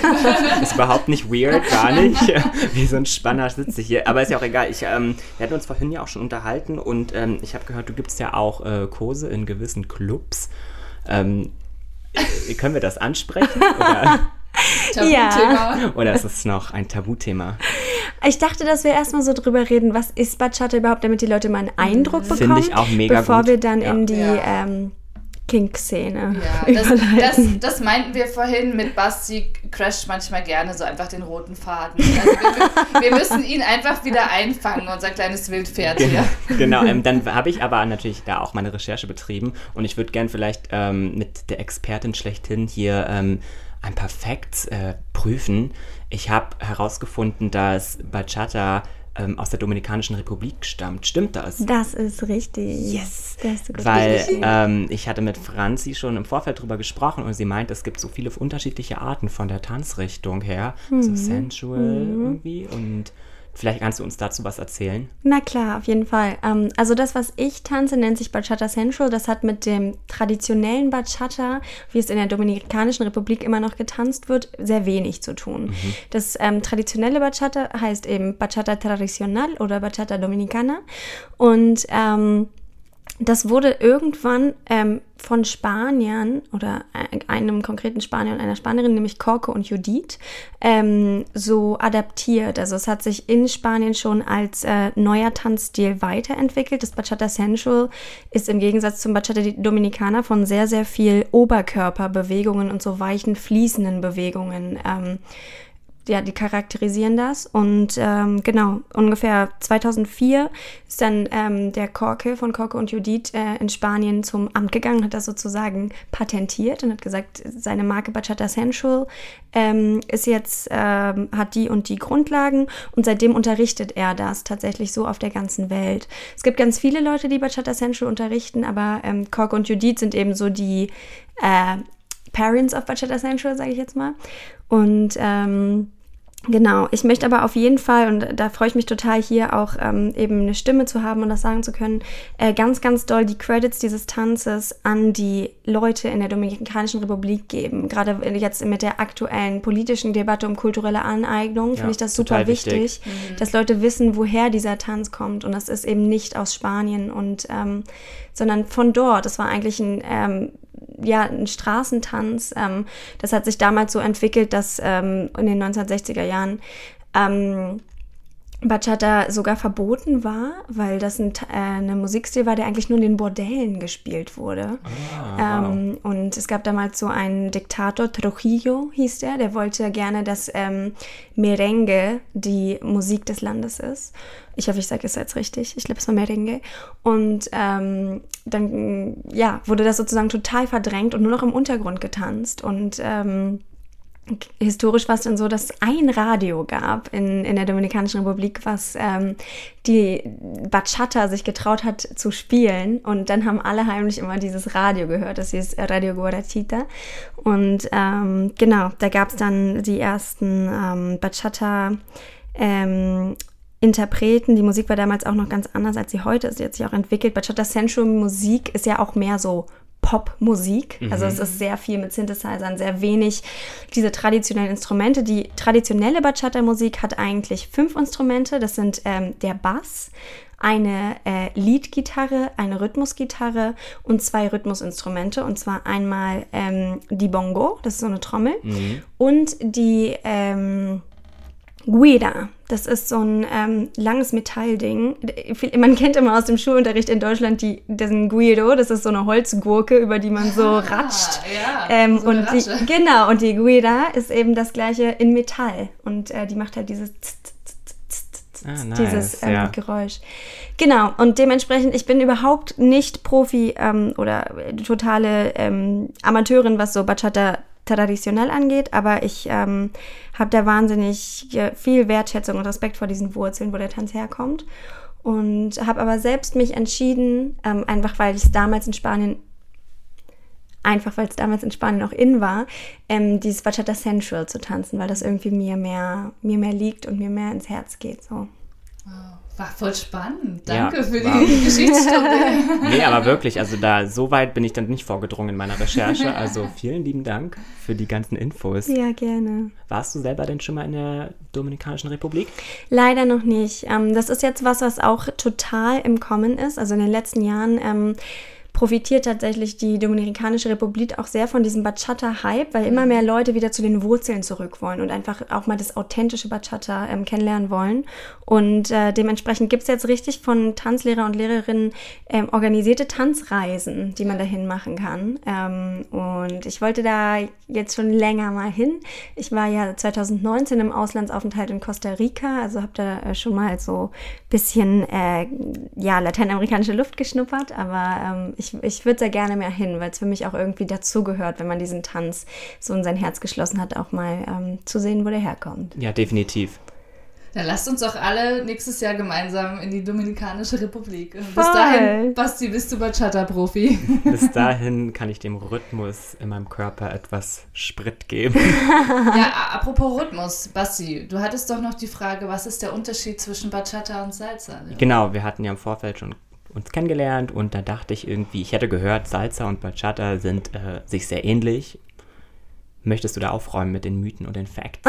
Ist überhaupt nicht weird, gar nicht. Wie so ein Spanner sitze ich hier, aber ist ja auch egal. Ich Ähm, wir hatten uns vorhin ja auch schon unterhalten und ähm, ich habe gehört, du gibst ja auch äh, Kurse in gewissen Clubs. Ähm, äh, können wir das ansprechen? Oder? Tabuthema. Ja. Oder ist es noch ein Tabuthema? Ich dachte, dass wir erstmal so drüber reden, was ist Bachata überhaupt, damit die Leute mal einen Eindruck bekommen. Finde ich auch mega bevor gut. wir dann ja. in die Ja. ähm, Kink-Szene Ja, das, das, das meinten wir vorhin mit Basti, crasht manchmal gerne so einfach den roten Faden. Also wir, wir müssen ihn einfach wieder einfangen, unser kleines Wildpferd hier. Genau, ähm, dann habe ich aber natürlich da auch meine Recherche betrieben und ich würde gern vielleicht ähm, mit der Expertin schlechthin hier ähm, ein paar Facts äh, prüfen. Ich habe herausgefunden, dass Bachata ähm, aus der Dominikanischen Republik stammt. Stimmt das? Das ist richtig. Yes! Das ist gut. Weil ähm, ich hatte mit Franzi schon im Vorfeld drüber gesprochen und sie meint, es gibt so viele unterschiedliche Arten von der Tanzrichtung her. Mhm. So sensual mhm. irgendwie. Und vielleicht kannst du uns dazu was erzählen? Na klar, auf jeden Fall. Ähm, also das, was ich tanze, nennt sich Bachata Sensual. Das hat mit dem traditionellen Bachata, wie es in der Dominikanischen Republik immer noch getanzt wird, sehr wenig zu tun. Mhm. Das ähm, traditionelle Bachata heißt eben Bachata Tradicional oder Bachata Dominicana. Und ähm, das wurde irgendwann ähm, von Spaniern oder einem konkreten Spanier und einer Spanierin, nämlich Corco und Judith, ähm, so adaptiert. Also es hat sich in Spanien schon als äh, neuer Tanzstil weiterentwickelt. Das Bachata Sensual ist im Gegensatz zum Bachata Dominicana von sehr, sehr viel Oberkörperbewegungen und so weichen, fließenden Bewegungen ähm, ja, die charakterisieren das. Und ähm, genau, ungefähr zweitausendvier ist dann ähm, der Corke von Corke und Judith äh, in Spanien zum Amt gegangen, hat das sozusagen patentiert und hat gesagt, seine Marke Bachata Sensual ähm, ist jetzt, ähm, hat die und die Grundlagen, und seitdem unterrichtet er das tatsächlich so auf der ganzen Welt. Es gibt ganz viele Leute, die Bachata Sensual unterrichten, aber ähm, Corke und Judith sind eben so die äh, Parents of Bachata Sensual, sage ich jetzt mal. Und ähm, genau, ich möchte aber auf jeden Fall, und da freue ich mich total, hier auch ähm, eben eine Stimme zu haben und das sagen zu können, äh, ganz, ganz doll die Credits dieses Tanzes an die Leute in der Dominikanischen Republik geben. Gerade jetzt mit der aktuellen politischen Debatte um kulturelle Aneignung, ja, finde ich das super wichtig, wichtig mhm. dass Leute wissen, woher dieser Tanz kommt. Und das ist eben nicht aus Spanien, und ähm, sondern von dort. Das war eigentlich ein ähm, ja, ein Straßentanz. Ähm, das hat sich damals so entwickelt, dass ähm, in den neunzehnhundertsechziger Jahren ähm, Bachata sogar verboten war, weil das ein, äh, eine Musikstil war, der eigentlich nur in den Bordellen gespielt wurde. Ah, ähm, wow. Und es gab damals so einen Diktator, Trujillo hieß der, der wollte gerne, dass ähm, Merengue die Musik des Landes ist. Ich hoffe, ich sage es jetzt richtig. Ich glaube, es war Merengue. Und ähm, dann ja, wurde das sozusagen total verdrängt und nur noch im Untergrund getanzt. Und ähm, historisch war es dann so, dass es ein Radio gab in, in der Dominikanischen Republik, was ähm, die Bachata sich getraut hat zu spielen. Und dann haben alle heimlich immer dieses Radio gehört. Das hieß Radio Guarachita. Und ähm, genau, da gab es dann die ersten ähm, Bachata ähm, Interpreten. Die Musik war damals auch noch ganz anders, als sie heute ist. Sie hat sich auch entwickelt. Bachata Sensual Musik ist ja auch mehr so Popmusik. Mhm. Also es ist sehr viel mit Synthesizern, sehr wenig diese traditionellen Instrumente. Die traditionelle Bachata-Musik hat eigentlich fünf Instrumente. Das sind ähm, der Bass, eine äh, Leadgitarre, eine Rhythmusgitarre und zwei Rhythmusinstrumente. Und zwar einmal ähm, die Bongo, das ist so eine Trommel, mhm. und die ähm, Guira, das ist so ein ähm, langes Metallding. Man kennt immer aus dem Schulunterricht in Deutschland die, diesen Guiro, das ist so eine Holzgurke, über die man so ah, ratscht. Ja, ähm, so und die, genau, und die Guira ist eben das gleiche in Metall. Und äh, die macht halt dieses tz, tz, tz, tz, ah, nice, dieses ähm, ja. Geräusch. Genau, und dementsprechend, ich bin überhaupt nicht Profi ähm, oder totale ähm, Amateurin, was so Bachata traditionell angeht, aber ich ähm, habe da wahnsinnig viel Wertschätzung und Respekt vor diesen Wurzeln, wo der Tanz herkommt, und habe aber selbst mich entschieden, ähm, einfach weil ich es damals in Spanien einfach weil es damals in Spanien auch in war, ähm, dieses Bachata Sensual zu tanzen, weil das irgendwie mir mehr, mir mehr liegt und mir mehr ins Herz geht, so. Wow. War voll spannend. Danke ja, für wow. die Geschichtsstunde. Nee, aber wirklich, also da so weit bin ich dann nicht vorgedrungen in meiner Recherche. Also vielen lieben Dank für die ganzen Infos. Ja, gerne. Warst du selber denn schon mal in der Dominikanischen Republik? Leider noch nicht. Ähm, das ist jetzt was, was auch total im Kommen ist. Also in den letzten Jahren ähm, profitiert tatsächlich die Dominikanische Republik auch sehr von diesem Bachata-Hype, weil immer mehr Leute wieder zu den Wurzeln zurück wollen und einfach auch mal das authentische Bachata ähm, kennenlernen wollen. Und äh, dementsprechend gibt es jetzt richtig von Tanzlehrer und Lehrerinnen ähm, organisierte Tanzreisen, die man dahin machen kann. Ähm, und ich wollte da jetzt schon länger mal hin. Ich war ja zweitausendneunzehn im Auslandsaufenthalt in Costa Rica, also habe da äh, schon mal so ein bisschen äh, ja, lateinamerikanische Luft geschnuppert, aber ähm, ich Ich würde sehr gerne mehr hin, weil es für mich auch irgendwie dazugehört, wenn man diesen Tanz so in sein Herz geschlossen hat, auch mal ähm, zu sehen, wo der herkommt. Ja, definitiv. Dann lasst uns doch alle nächstes Jahr gemeinsam in die Dominikanische Republik. Bis Voll. dahin, Basti, bist du Bachata-Profi? Bis dahin kann ich dem Rhythmus in meinem Körper etwas Sprit geben. Ja, apropos Rhythmus, Basti, du hattest doch noch die Frage, was ist der Unterschied zwischen Bachata und Salsa? Genau, wir hatten ja im Vorfeld schon uns kennengelernt und da dachte ich irgendwie, ich hätte gehört, Salsa und Bachata sind äh, sich sehr ähnlich. Möchtest du da aufräumen mit den Mythen und den Facts?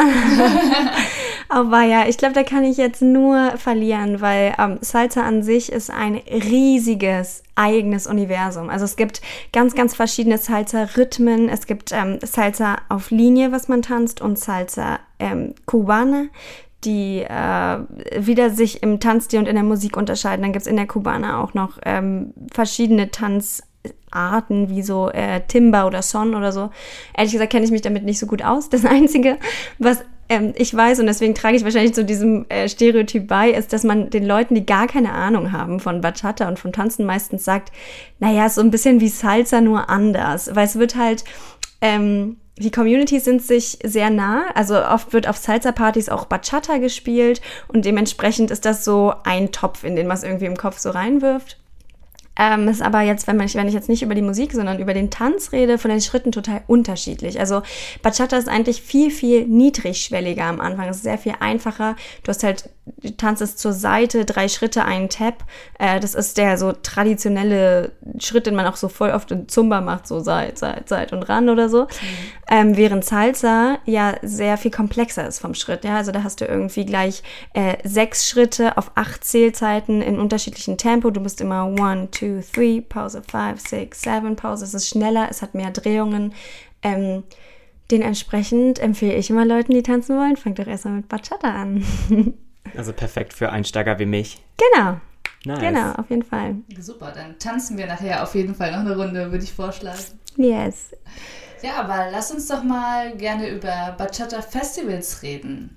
Aber ja, ich glaube, da kann ich jetzt nur verlieren, weil ähm, Salsa an sich ist ein riesiges eigenes Universum. Also es gibt ganz, ganz verschiedene Salsa-Rhythmen. Es gibt ähm, Salsa auf Linie, was man tanzt, und Salsa ähm, Cubana, die äh, wieder sich im Tanzstil und in der Musik unterscheiden. Dann gibt es in der Cubana auch noch ähm, verschiedene Tanzarten, wie so äh, Timba oder Son oder so. Ehrlich gesagt kenne ich mich damit nicht so gut aus. Das Einzige, was ähm, ich weiß, und deswegen trage ich wahrscheinlich zu diesem äh, Stereotyp bei, ist, dass man den Leuten, die gar keine Ahnung haben von Bachata und von Tanzen, meistens sagt, naja, ist so ein bisschen wie Salsa, nur anders. Weil es wird halt, ähm, die Communities sind sich sehr nah, also oft wird auf Salsa-Partys auch Bachata gespielt und dementsprechend ist das so ein Topf, in den man es irgendwie im Kopf so reinwirft. Ähm, ist aber jetzt, wenn, man, wenn ich jetzt nicht über die Musik, sondern über den Tanz rede, von den Schritten total unterschiedlich. Also Bachata ist eigentlich viel, viel niedrigschwelliger am Anfang. Es ist sehr viel einfacher. Du hast halt, du tanzt zur Seite, drei Schritte, einen Tap. Äh, das ist der so traditionelle Schritt, den man auch so voll oft in Zumba macht, so Seit, Seit, Seit und Ran oder so. Mhm. Ähm, während Salsa ja sehr viel komplexer ist vom Schritt. Ja, also da hast du irgendwie gleich äh, sechs Schritte auf acht Zählzeiten in unterschiedlichen Tempo. Du bist immer one, two, two, three, Pause, five, six, seven, Pause. Es ist schneller, es hat mehr Drehungen. Ähm, dementsprechend empfehle ich immer Leuten, die tanzen wollen, fangt doch erstmal mit Bachata an. Also perfekt für Einsteiger wie mich. Genau. Nice. Genau, auf jeden Fall. Super, dann tanzen wir nachher auf jeden Fall noch eine Runde, würde ich vorschlagen. Yes. Ja, aber lass uns doch mal gerne über Bachata-Festivals reden.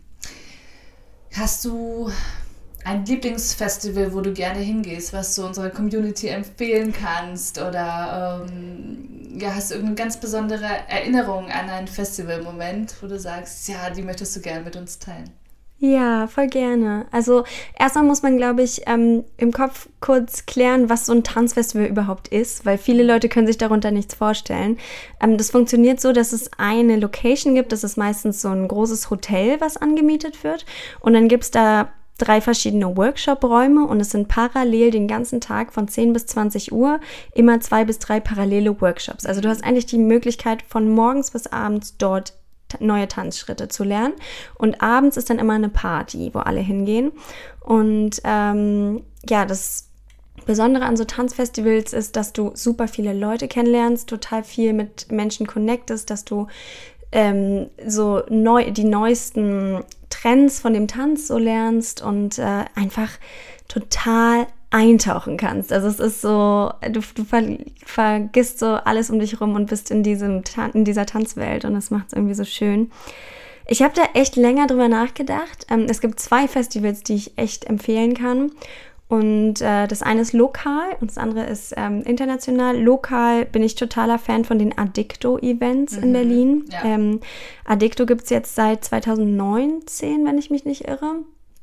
Hast du ein Lieblingsfestival, wo du gerne hingehst, was du unserer Community empfehlen kannst? Oder ähm, ja, hast du irgendeine ganz besondere Erinnerung an einen Festivalmoment, wo du sagst, ja, die möchtest du gerne mit uns teilen? Ja, voll gerne. Also erstmal muss man, glaube ich, ähm, im Kopf kurz klären, was so ein Tanzfestival überhaupt ist, weil viele Leute können sich darunter nichts vorstellen. Ähm, das funktioniert so, dass es eine Location gibt, das ist meistens so ein großes Hotel, was angemietet wird, und dann gibt es da drei verschiedene Workshop-Räume und es sind parallel den ganzen Tag von zehn bis zwanzig Uhr immer zwei bis drei parallele Workshops. Also du hast eigentlich die Möglichkeit, von morgens bis abends dort neue Tanzschritte zu lernen, und abends ist dann immer eine Party, wo alle hingehen. Und ähm, ja, das Besondere an so Tanzfestivals ist, dass du super viele Leute kennenlernst, total viel mit Menschen connectest, dass du ähm, so neu, die neuesten Trends von dem Tanz so lernst und äh, einfach total eintauchen kannst. Also es ist so, du, du ver, vergisst so alles um dich rum und bist in diesem in dieser Tanzwelt, und das macht es irgendwie so schön. Ich habe da echt länger drüber nachgedacht. Ähm, es gibt zwei Festivals, die ich echt empfehlen kann. Und äh, das eine ist lokal und das andere ist ähm, international. Lokal bin ich totaler Fan von den Addicto-Events mhm. in Berlin. Ja. Ähm, Addicto gibt es jetzt seit zwanzig neunzehn, wenn ich mich nicht irre.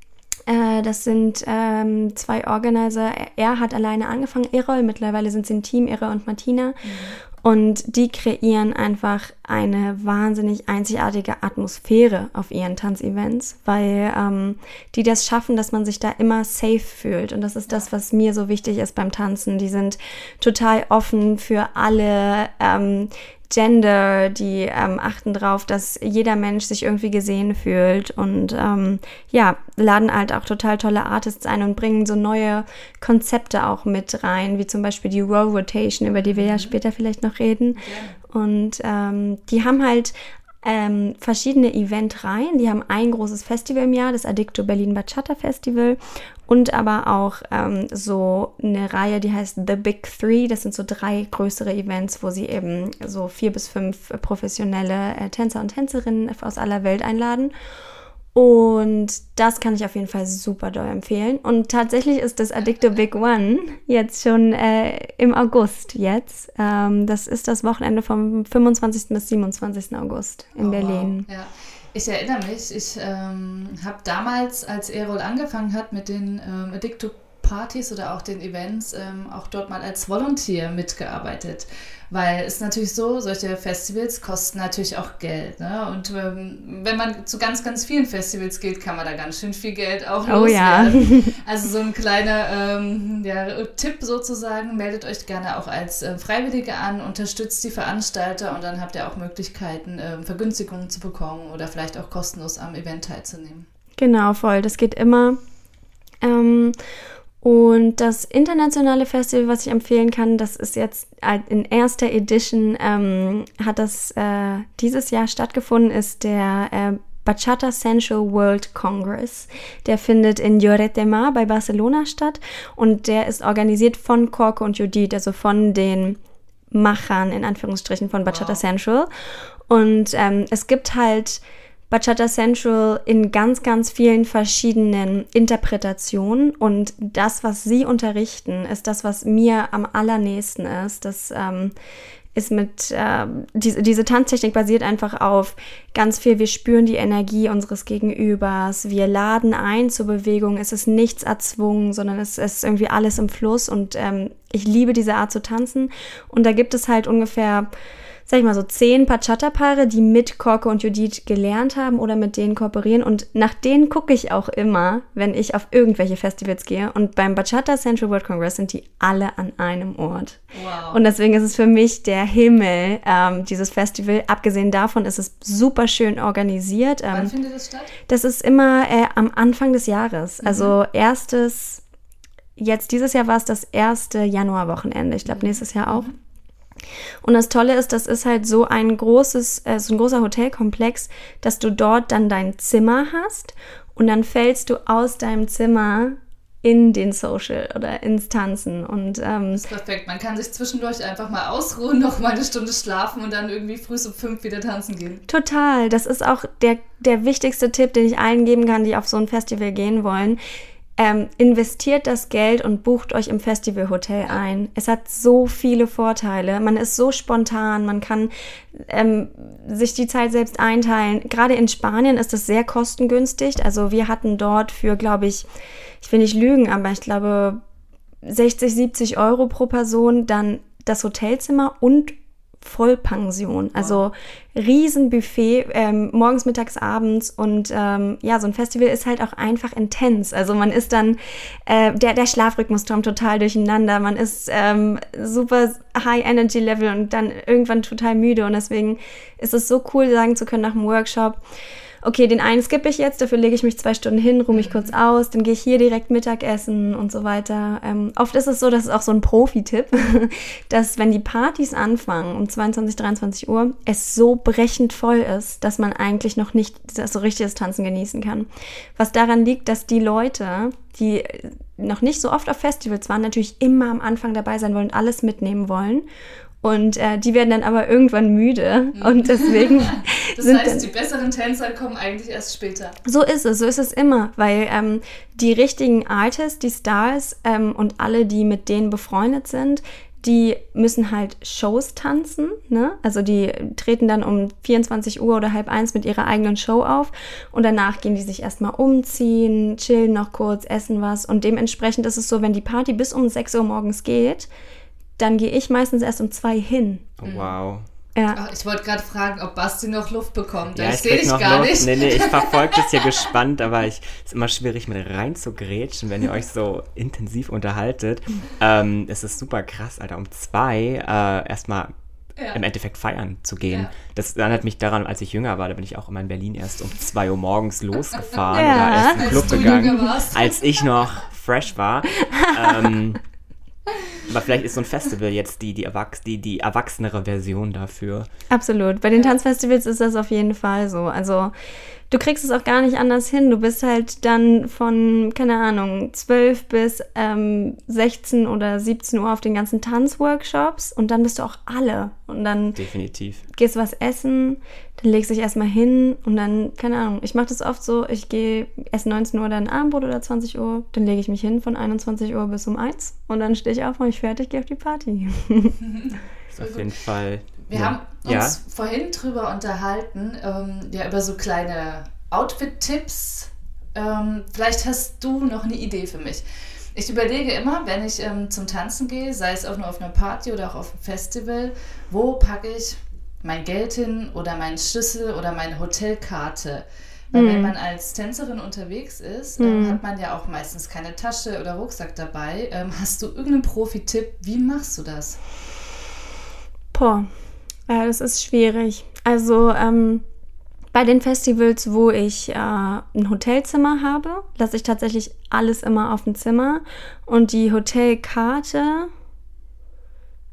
Äh, das sind ähm, zwei Organizer. Er hat alleine angefangen, Errol, mittlerweile sind sie ein Team, Errol und Martina. Mhm. Und die kreieren einfach eine wahnsinnig einzigartige Atmosphäre auf ihren Tanzevents, weil ähm, die das schaffen, dass man sich da immer safe fühlt. Und das ist das, was mir so wichtig ist beim Tanzen. Die sind total offen für alle ähm, Gender, die ähm, achten drauf, dass jeder Mensch sich irgendwie gesehen fühlt, und ähm, ja, laden halt auch total tolle Artists ein und bringen so neue Konzepte auch mit rein, wie zum Beispiel die Roll Rotation, über die wir ja später vielleicht noch reden. Ja. Und ähm, die haben halt ähm, verschiedene Eventreihen. Die haben ein großes Festival im Jahr, das Addicto Berlin Bachata Festival, und aber auch ähm, so eine Reihe, die heißt The Big Three. Das sind so drei größere Events, wo sie eben so vier bis fünf professionelle äh, Tänzer und Tänzerinnen aus aller Welt einladen. Und das kann ich auf jeden Fall super doll empfehlen. Und tatsächlich ist das Addicto Big One jetzt schon äh, im August jetzt. Ähm, das ist das Wochenende vom fünfundzwanzigsten bis siebenundzwanzigsten August in oh, Berlin. Wow. Ja. Ich erinnere mich, ich ähm, habe damals, als Errol angefangen hat mit den ähm, Addicto-Partys oder auch den Events, ähm, auch dort mal als Volunteer mitgearbeitet. Weil es natürlich so, solche Festivals kosten natürlich auch Geld. Ne? Und ähm, wenn man zu ganz, ganz vielen Festivals geht, kann man da ganz schön viel Geld auch oh, loswerden. Ja. Also so ein kleiner ähm, ja, Tipp sozusagen, meldet euch gerne auch als äh, Freiwillige an, unterstützt die Veranstalter, und dann habt ihr auch Möglichkeiten, äh, Vergünstigungen zu bekommen oder vielleicht auch kostenlos am Event teilzunehmen. Genau, voll. Das geht immer. Ähm, Und das internationale Festival, was ich empfehlen kann, das ist jetzt in erster Edition, ähm, hat das äh, dieses Jahr stattgefunden, ist der äh, Bachata Central World Congress. Der findet in Lloret de Mar bei Barcelona statt, und der ist organisiert von Corco und Judith, also von den Machern in Anführungsstrichen von Bachata wow. Central. Und ähm, es gibt halt Bachata Central in ganz, ganz vielen verschiedenen Interpretationen und das, was sie unterrichten, ist das, was mir am allernächsten ist. Das ähm, ist mit, äh, diese, diese Tanztechnik basiert einfach auf ganz viel, wir spüren die Energie unseres Gegenübers, wir laden ein zur Bewegung, es ist nichts erzwungen, sondern es ist irgendwie alles im Fluss und ähm, ich liebe diese Art zu tanzen und da gibt es halt ungefähr, sag ich mal so, zehn Bachata-Paare, die mit Korke und Judith gelernt haben oder mit denen kooperieren und nach denen gucke ich auch immer, wenn ich auf irgendwelche Festivals gehe und beim Bachata Central World Congress sind die alle an einem Ort. Wow. Und deswegen ist es für mich der Himmel, ähm, dieses Festival. Abgesehen davon ist es super schön organisiert. Ähm, Wann findet das statt? Das ist immer äh, am Anfang des Jahres, Mhm. also erstes, jetzt dieses Jahr war es das erste Januarwochenende, ich glaube Mhm. nächstes Jahr auch. Und das Tolle ist, das ist halt so ein großes, äh, so ein großer Hotelkomplex, dass du dort dann dein Zimmer hast und dann fällst du aus deinem Zimmer in den Social oder ins Tanzen und ähm, Das ist perfekt. Man kann sich zwischendurch einfach mal ausruhen, noch mal eine Stunde schlafen und dann irgendwie früh um fünf wieder tanzen gehen. total, das ist auch der, der wichtigste Tipp, den ich allen geben kann, die auf so ein Festival gehen wollen. Ähm, investiert das Geld und bucht euch im Festivalhotel ein. Es hat so viele Vorteile. Man ist so spontan, man kann ähm, sich die Zeit selbst einteilen. Gerade in Spanien ist es sehr kostengünstig. Also wir hatten dort für, glaube ich, ich will nicht lügen, aber ich glaube sechzig, siebzig Euro pro Person dann das Hotelzimmer und Vollpension, also Riesenbuffet, ähm, morgens, mittags, abends und ähm, ja, so ein Festival ist halt auch einfach intens, also man ist dann, äh, der, der Schlafrhythmus kommt total durcheinander, man ist ähm, super High Energy Level und dann irgendwann total müde und deswegen ist es so cool, sagen zu können nach dem Workshop, okay, den einen skippe ich jetzt, dafür lege ich mich zwei Stunden hin, ruhe mich kurz aus, dann gehe ich hier direkt Mittagessen und so weiter. Ähm, oft ist es so, das ist auch so ein Profi-Tipp, dass wenn die Partys anfangen um zweiundzwanzig, dreiundzwanzig Uhr, es so brechend voll ist, dass man eigentlich noch nicht so richtiges Tanzen genießen kann. Was daran liegt, dass die Leute, die noch nicht so oft auf Festivals waren, natürlich immer am Anfang dabei sein wollen und alles mitnehmen wollen. Und äh, die werden dann aber irgendwann müde und deswegen Das sind heißt, dann, die besseren Tänzer kommen eigentlich erst später. so ist es, so ist es immer, weil ähm, die richtigen Artists, die Stars ähm, und alle, die mit denen befreundet sind, die müssen halt Shows tanzen, ne? Also die treten dann um vierundzwanzig Uhr oder halb eins mit ihrer eigenen Show auf und danach gehen die sich erstmal umziehen, chillen noch kurz, essen was und dementsprechend ist es so, wenn die Party bis um sechs Uhr morgens geht, dann gehe ich meistens erst um zwei hin. Oh, wow. Ja. Ach, ich wollte gerade fragen, ob Basti noch Luft bekommt. Ja, Das ich sehe krieg ich noch gar Luft. nicht. Nee, nee, ich verfolge das hier gespannt, aber es ist immer schwierig, mit reinzugrätschen, wenn ihr euch so intensiv unterhaltet. Ähm, es ist super krass, Alter, um zwei äh, erstmal Ja. im Endeffekt feiern zu gehen. Ja. Das erinnert mich daran, als ich jünger war, da bin ich auch immer in Berlin erst um zwei Uhr morgens losgefahren Ja. oder erst in den Als Club du gegangen, jünger warst. als ich noch fresh war. ähm, aber vielleicht ist so ein Festival jetzt die, die, Erwachs- die, die erwachsenere Version dafür. Absolut. Bei den Tanzfestivals ist das auf jeden Fall so. Also du kriegst es auch gar nicht anders hin. Du bist halt dann von, keine Ahnung, zwölf bis ähm, sechzehn oder siebzehn Uhr auf den ganzen Tanzworkshops und dann bist du auch alle. Und dann Definitiv. gehst was essen, dann legst dich erstmal hin und dann, keine Ahnung, ich mache das oft so, ich gehe esse neunzehn Uhr dann Abendbrot oder zwanzig Uhr, dann lege ich mich hin von einundzwanzig Uhr bis um eins und dann stehe ich auf, mache ich fertig, gehe auf die Party. Ist auf jeden Fall. Wir ja. haben uns Ja? vorhin drüber unterhalten, ähm, ja, über so kleine Outfit-Tipps. Ähm, vielleicht hast du noch eine Idee für mich. Ich überlege immer, wenn ich ähm, zum Tanzen gehe, sei es auch nur auf einer Party oder auch auf einem Festival, wo packe ich mein Geld hin oder meinen Schlüssel oder meine Hotelkarte. Weil Mhm. wenn man als Tänzerin unterwegs ist, ähm, Mhm. hat man ja auch meistens keine Tasche oder Rucksack dabei. Ähm, hast du irgendeinen Profi-Tipp? Wie machst du das? Boah, ja, das ist schwierig. Also ähm, bei den Festivals, wo ich äh, ein Hotelzimmer habe, lasse ich tatsächlich alles immer auf dem Zimmer und die Hotelkarte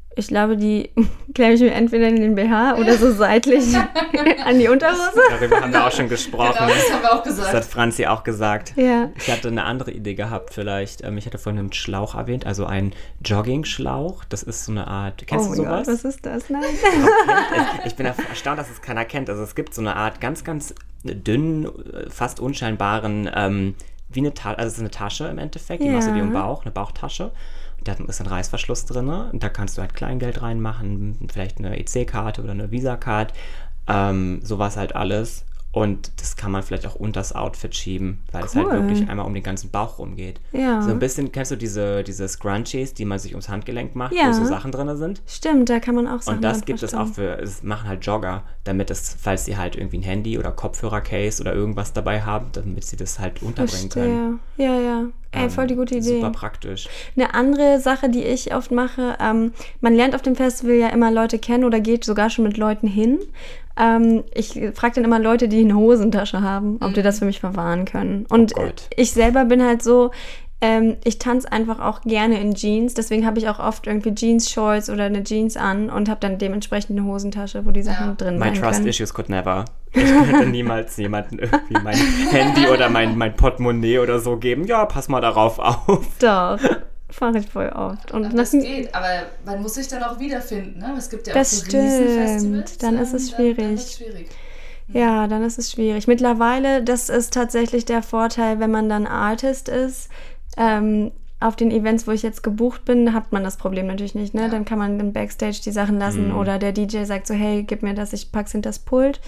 Ich glaube, die klemme ich mir entweder in den B H oder so seitlich an die Unterhose. Darüber haben wir auch schon gesprochen. Genau, das haben wir auch gesagt. Das hat Franzi auch gesagt. Ja. Ich hatte eine andere Idee gehabt vielleicht. Ähm, Ich hatte vorhin einen Schlauch erwähnt, also einen Jogging-Schlauch. Das ist so eine Art, kennst oh du mein sowas? Gott, was ist das? Nein. Okay. Ich bin erstaunt, dass es keiner kennt. Also es gibt so eine Art ganz, ganz dünnen, fast unscheinbaren, ähm, wie eine Tasche, also es ist eine Tasche im Endeffekt, die Ja. machst du dir im Bauch, eine Bauchtasche. Da ist ein Reißverschluss drin und da kannst du halt Kleingeld reinmachen, vielleicht eine E C-Karte oder eine Visa-Card, ähm, sowas halt alles. Und das kann man vielleicht auch unter das Outfit schieben, weil es halt Cool. wirklich einmal um den ganzen Bauch rumgeht. Ja. So ein bisschen, kennst du diese, diese Scrunchies, die man sich ums Handgelenk macht, Ja. wo so Sachen drin sind? Stimmt, da kann man auch Sachen Und das dran gibt es auch verstauen. für, es machen halt Jogger, damit es, falls sie halt irgendwie ein Handy oder Kopfhörercase oder irgendwas dabei haben, damit sie das halt unterbringen können. Verstehe. Ja, ja. Ey, voll die gute Idee. Super praktisch. Eine andere Sache, die ich oft mache, ähm, man lernt auf dem Festival ja immer Leute kennen oder geht sogar schon mit Leuten hin. Ähm, ich frage dann immer Leute, die eine Hosentasche haben, ob die das für mich verwahren können. Und Oh Gott. ich selber bin halt so, ähm, ich tanze einfach auch gerne in Jeans, deswegen habe ich auch oft irgendwie Jeans-Shorts oder eine Jeans an und habe dann dementsprechend eine Hosentasche, wo die Sachen Ja. drin My sein trust können. issues could never. Ich könnte niemals jemandem irgendwie mein Handy oder mein, mein Portemonnaie oder so geben. Ja, pass mal darauf auf. Doch, mache ich voll oft. Und Aber das, das geht, aber man muss sich dann auch wiederfinden. Ne? Es gibt ja Das auch so stimmt. Riesenfestivals. Dann ist es ähm, Dann, dann schwierig. wird's schwierig. Ja, dann ist es schwierig. Mittlerweile, das ist tatsächlich der Vorteil, wenn man dann Artist ist. Ähm, auf den Events, wo ich jetzt gebucht bin, hat man das Problem natürlich nicht. Ne? Ja. Dann kann man dann Backstage die Sachen lassen Mhm. oder der D J sagt so, hey, gib mir das, ich pack's hinter das Pult.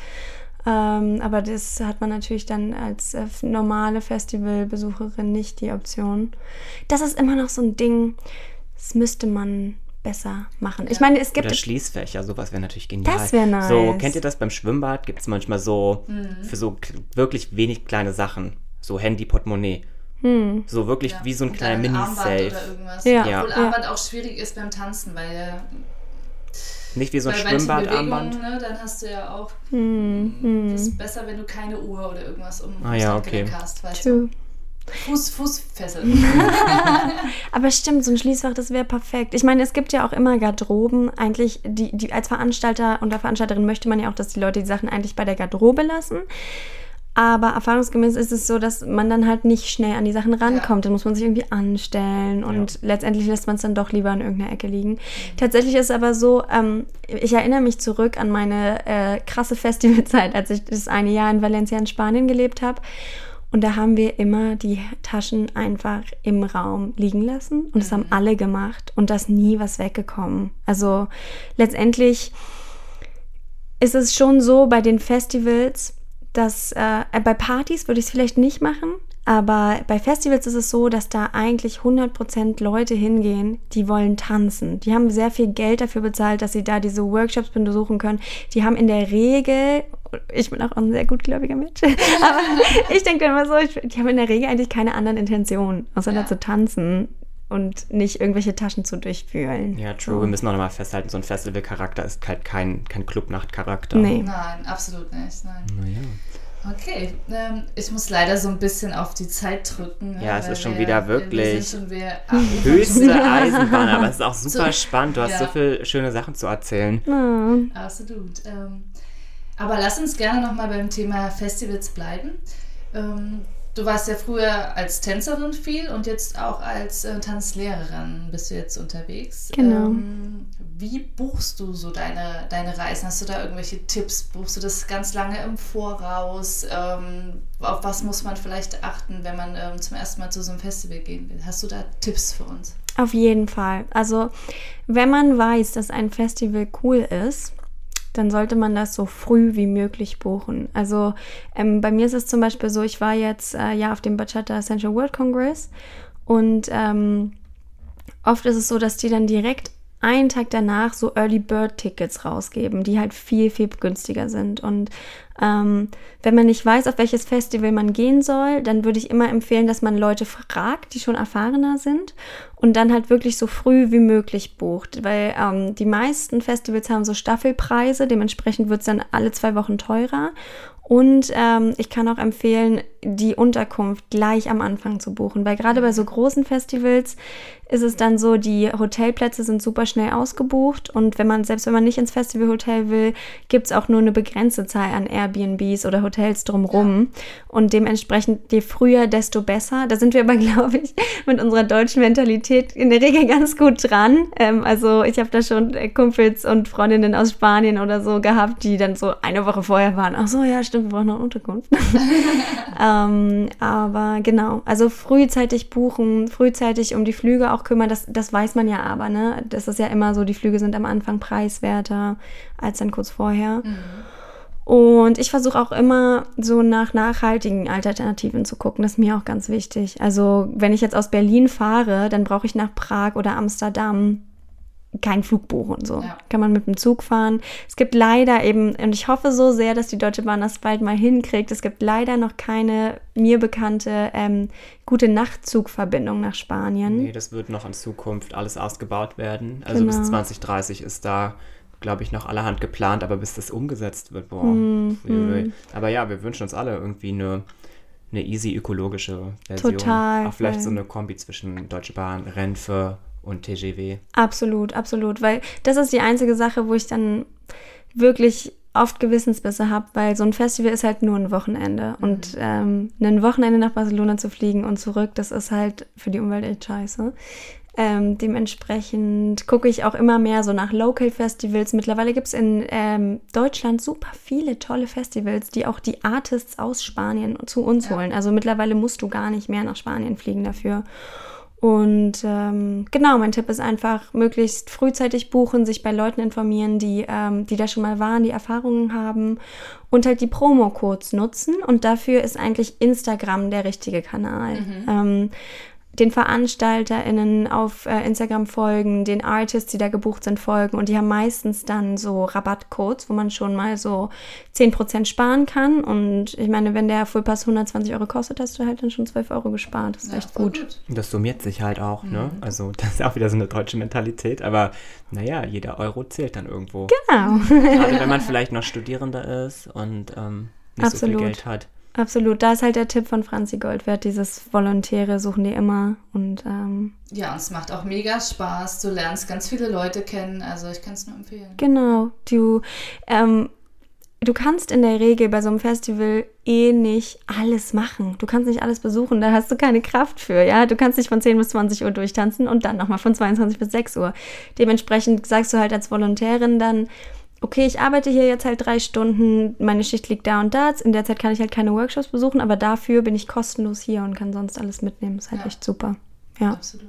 Ähm, aber das hat man natürlich dann als äh, normale Festivalbesucherin nicht die Option. Das ist immer noch so ein Ding, das müsste man besser machen. Ich Ja. meine, es gibt... Oder Schließfächer, sowas wäre natürlich genial. Das wär nice. So, kennt ihr das beim Schwimmbad? Gibt es manchmal so, Mhm. für so k- wirklich wenig kleine Sachen. So Handy, Portemonnaie. Hm. So wirklich Ja. wie so ein Und kleiner dann Armband Mini-Safe. oder irgendwas. Ja. Ja. Obwohl Ja. Armband auch schwierig ist beim Tanzen, weil ja Nicht wie so ein bei manchen Schwimmbadarmband. Bewegungen, ne, dann hast du ja auch Hm, hm. das ist besser, wenn du keine Uhr oder irgendwas um Ah ums ja, Handgelenk okay. hast, weißt True. du? Fuß, Fußfessel. Aber stimmt, so ein Schließfach, das wäre perfekt. Ich meine, es gibt ja auch immer Garderoben. Eigentlich, die, die als Veranstalter und Veranstalterin möchte man ja auch, dass die Leute die Sachen eigentlich bei der Garderobe lassen. Aber erfahrungsgemäß ist es so, dass man dann halt nicht schnell an die Sachen rankommt. Dann muss man sich irgendwie anstellen und letztendlich lässt man es dann doch lieber in irgendeiner Ecke liegen. Tatsächlich ist es aber so, ähm, ich erinnere mich zurück an meine äh, krasse Festivalzeit, als ich das eine Jahr in Valencia in Spanien gelebt habe. Und da haben wir immer die Taschen einfach im Raum liegen lassen. Und das haben alle gemacht. Und da ist nie was weggekommen. Also letztendlich ist es schon so bei den Festivals, dass äh, bei Partys würde ich es vielleicht nicht machen. Aber bei Festivals ist es so, dass da eigentlich hundert Prozent Leute hingehen, die wollen tanzen. Die haben sehr viel Geld dafür bezahlt, dass sie da diese Workshops besuchen können. Die haben in der Regel, ich bin auch ein sehr gutgläubiger Mensch, aber ich denke immer so, ich, die haben in der Regel eigentlich keine anderen Intentionen, außer Ja. da zu tanzen und nicht irgendwelche Taschen zu durchwühlen. Ja, true. Wir müssen auch nochmal festhalten, so ein Festival-Charakter ist halt kein, kein Clubnacht-Charakter. Nee. Nein, absolut nicht. Nein. Naja. Okay, ähm, ich muss leider so ein bisschen auf die Zeit drücken. Ja, es weil ist schon wir- wieder Wir wirklich sind schon wieder, ah, Höchste Eisenbahn, aber es ist auch super So, spannend. Du hast ja. so viele schöne Sachen zu erzählen. Ah, Absolut. Ähm, aber lass uns gerne nochmal beim Thema Festivals bleiben. Ähm, du warst ja früher als Tänzerin viel und jetzt auch als äh, Tanzlehrerin bist du jetzt unterwegs. Genau. Ähm, wie buchst du so deine, deine Reisen? Hast du da irgendwelche Tipps? Buchst du das ganz lange im Voraus? Ähm, auf was muss man vielleicht achten, wenn man ähm, zum ersten Mal zu so einem Festival gehen will? Hast du da Tipps für uns? auf jeden Fall. Also, wenn man weiß, dass ein Festival cool ist, dann sollte man das so früh wie möglich buchen. Also ähm, bei mir ist es zum Beispiel so, ich war jetzt äh, ja auf dem Bachata Essential World Congress und ähm, oft ist es so, dass die dann direkt einen Tag danach so Early Bird Tickets rausgeben, die halt viel, viel günstiger sind. Und ähm, wenn man nicht weiß, auf welches Festival man gehen soll, dann würde ich immer empfehlen, dass man Leute fragt, die schon erfahrener sind und dann halt wirklich so früh wie möglich bucht. Weil ähm, die meisten Festivals haben so Staffelpreise, dementsprechend wird es dann alle zwei Wochen teurer. Und ähm, ich kann auch empfehlen, die Unterkunft gleich am Anfang zu buchen, weil gerade bei so großen Festivals ist es dann so, die Hotelplätze sind super schnell ausgebucht und wenn man, selbst wenn man nicht ins Festivalhotel will, gibt es auch nur eine begrenzte Zahl an Airbnbs oder Hotels drumrum ja. und dementsprechend je früher, desto besser. Da sind wir aber, glaube ich, mit unserer deutschen Mentalität in der Regel ganz gut dran. Ähm, also ich habe da schon Kumpels und Freundinnen aus Spanien oder so gehabt, die dann so eine Woche vorher waren. Ach so, ja, stimmt, wir brauchen noch eine Unterkunft. ähm, aber genau, also frühzeitig buchen, frühzeitig um die Flüge auch kümmern, das, das weiß man ja aber, ne? Das ist ja immer so, die Flüge sind am Anfang preiswerter als dann kurz vorher. Mhm. Und ich versuche auch immer so nach nachhaltigen Alternativen zu gucken. Das ist mir auch ganz wichtig. Also wenn ich jetzt aus Berlin fahre, dann brauche ich nach Prag oder Amsterdam keinen Flug buchen. So ja. Kann man mit dem Zug fahren. Es gibt leider eben, und ich hoffe so sehr, dass die Deutsche Bahn das bald mal hinkriegt, es gibt leider noch keine mir bekannte ähm, gute Nachtzugverbindung nach Spanien. Nee, das wird noch in Zukunft alles ausgebaut werden. Also genau. bis zwanzig dreißig ist da, glaube ich, noch allerhand geplant, aber bis das umgesetzt wird, boah. Mm, mm. Aber ja, wir wünschen uns alle irgendwie eine, eine easy ökologische Version. Total. Auch vielleicht so eine Kombi zwischen Deutsche Bahn, Renfe und T G V. Absolut, absolut, weil das ist die einzige Sache, wo ich dann wirklich oft Gewissensbisse habe, weil so ein Festival ist halt nur ein Wochenende mhm. und ähm, ein Wochenende nach Barcelona zu fliegen und zurück, das ist halt für die Umwelt echt scheiße. Ähm, dementsprechend gucke ich auch immer mehr so nach Local-Festivals. Mittlerweile gibt es in ähm, Deutschland super viele tolle Festivals, die auch die Artists aus Spanien zu uns ja. holen. Also mittlerweile musst du gar nicht mehr nach Spanien fliegen dafür. Und ähm, genau, mein Tipp ist einfach, möglichst frühzeitig buchen, sich bei Leuten informieren, die, ähm, die da schon mal waren, die Erfahrungen haben und halt die Promo-Codes nutzen. Und dafür ist eigentlich Instagram der richtige Kanal. Mhm. Ähm, den VeranstalterInnen auf äh, Instagram folgen, den Artists, die da gebucht sind, folgen und die haben meistens dann so Rabattcodes, wo man schon mal so zehn Prozent sparen kann und ich meine, wenn der Fullpass hundertzwanzig Euro kostet, hast du halt dann schon zwölf Euro gespart, das ist ja, echt gut. gut. Das summiert sich halt auch, mhm. ne? Also das ist auch wieder so eine deutsche Mentalität, aber naja, jeder Euro zählt dann irgendwo. Genau. Gerade wenn man vielleicht noch Studierender ist und ähm, nicht Absolut. so viel Geld hat. Absolut, da ist halt der Tipp von Franzi Goldwert, dieses Volontäre suchen die immer und ähm, ja, und es macht auch mega Spaß, du lernst ganz viele Leute kennen, also ich kann es nur empfehlen. Genau, du, ähm, du kannst in der Regel bei so einem Festival eh nicht alles machen, du kannst nicht alles besuchen, da hast du keine Kraft für, ja, du kannst nicht von zehn bis zwanzig Uhr durchtanzen und dann nochmal von zweiundzwanzig bis sechs Uhr, dementsprechend sagst du halt als Volontärin dann, okay, ich arbeite hier jetzt halt drei Stunden, meine Schicht liegt da und da, in der Zeit kann ich halt keine Workshops besuchen, aber dafür bin ich kostenlos hier und kann sonst alles mitnehmen. Das ist halt ja. echt super. Ja. Absolut.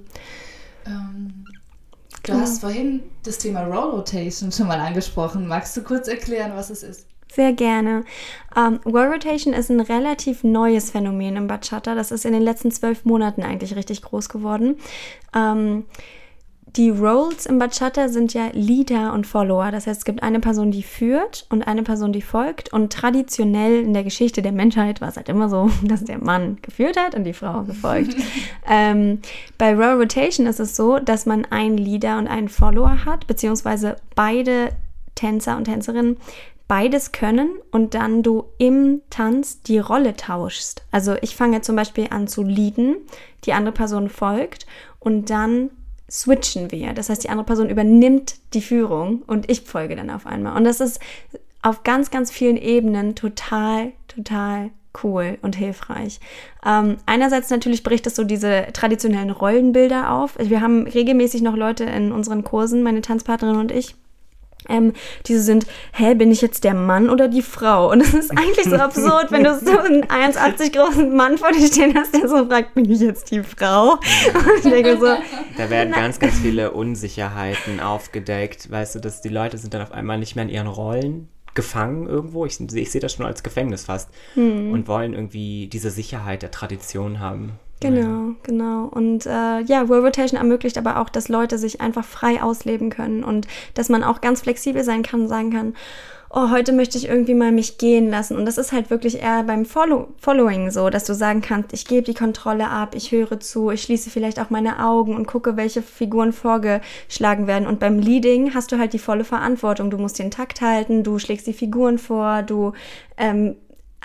Ähm, du genau. hast vorhin das Thema Roll Rotation schon mal angesprochen. Magst du kurz erklären, was es ist? Sehr gerne. Um, Roll Rotation ist ein relativ neues Phänomen im Bachata. Das ist in den letzten zwölf Monaten eigentlich richtig groß geworden. Um, Die Roles im Bachata sind ja Leader und Follower. Das heißt, es gibt eine Person, die führt und eine Person, die folgt. Und traditionell in der Geschichte der Menschheit war es halt immer so, dass der Mann geführt hat und die Frau gefolgt. ähm, bei Roll Rotation ist es so, dass man einen Leader und einen Follower hat, beziehungsweise beide Tänzer und Tänzerinnen beides können und dann du im Tanz die Rolle tauschst. Also ich fange zum Beispiel an zu leaden, die andere Person folgt und dann switchen wir. Das heißt, die andere Person übernimmt die Führung und ich folge dann auf einmal. Und das ist auf ganz, ganz vielen Ebenen total, total cool und hilfreich. Ähm, einerseits natürlich bricht es so diese traditionellen Rollenbilder auf. Wir haben regelmäßig noch Leute in unseren Kursen, meine Tanzpartnerin und ich, Ähm, diese sind, hä, bin ich jetzt der Mann oder die Frau? Und das ist eigentlich so absurd, wenn du so einen eins Komma achtzig großen Mann vor dir stehen hast, der so fragt, bin ich jetzt die Frau? Und ich denke so, da werden ganz, ganz viele Unsicherheiten aufgedeckt. Weißt du, dass die Leute sind dann auf einmal nicht mehr in ihren Rollen gefangen irgendwo. Ich, ich sehe das schon als Gefängnis fast. Hm. Und wollen irgendwie diese Sicherheit der Tradition haben. Genau, ja. genau. Und äh, ja, Roll Rotation ermöglicht aber auch, dass Leute sich einfach frei ausleben können und dass man auch ganz flexibel sein kann und sagen kann, oh, heute möchte ich irgendwie mal mich gehen lassen. Und das ist halt wirklich eher beim Follow- Following so, dass du sagen kannst, ich gebe die Kontrolle ab, ich höre zu, ich schließe vielleicht auch meine Augen und gucke, welche Figuren vorgeschlagen werden. Und beim Leading hast du halt die volle Verantwortung. Du musst den Takt halten, du schlägst die Figuren vor, du ähm,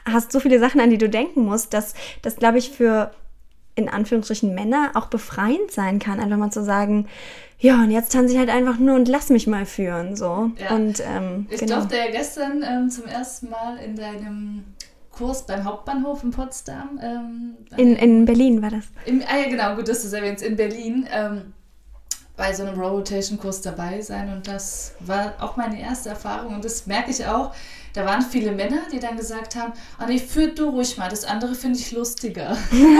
hast so viele Sachen, an die du denken musst, dass das, glaube ich, für in Anführungsstrichen Männer auch befreiend sein kann, einfach mal zu sagen, ja, und jetzt tanze ich halt einfach nur und lass mich mal führen, so. Ja. Und, ähm, ich genau. durfte ja gestern ähm, zum ersten Mal in deinem Kurs beim Hauptbahnhof in Potsdam. Ähm, in, in Berlin war das. Im, ah ja, genau, gut, dass du es erwähnst, in Berlin ähm, bei so einem Row-Rotation-Kurs dabei sein und das war auch meine erste Erfahrung und das merke ich auch. Da waren viele Männer, die dann gesagt haben, oh nee, führ du ruhig mal, das andere finde ich lustiger.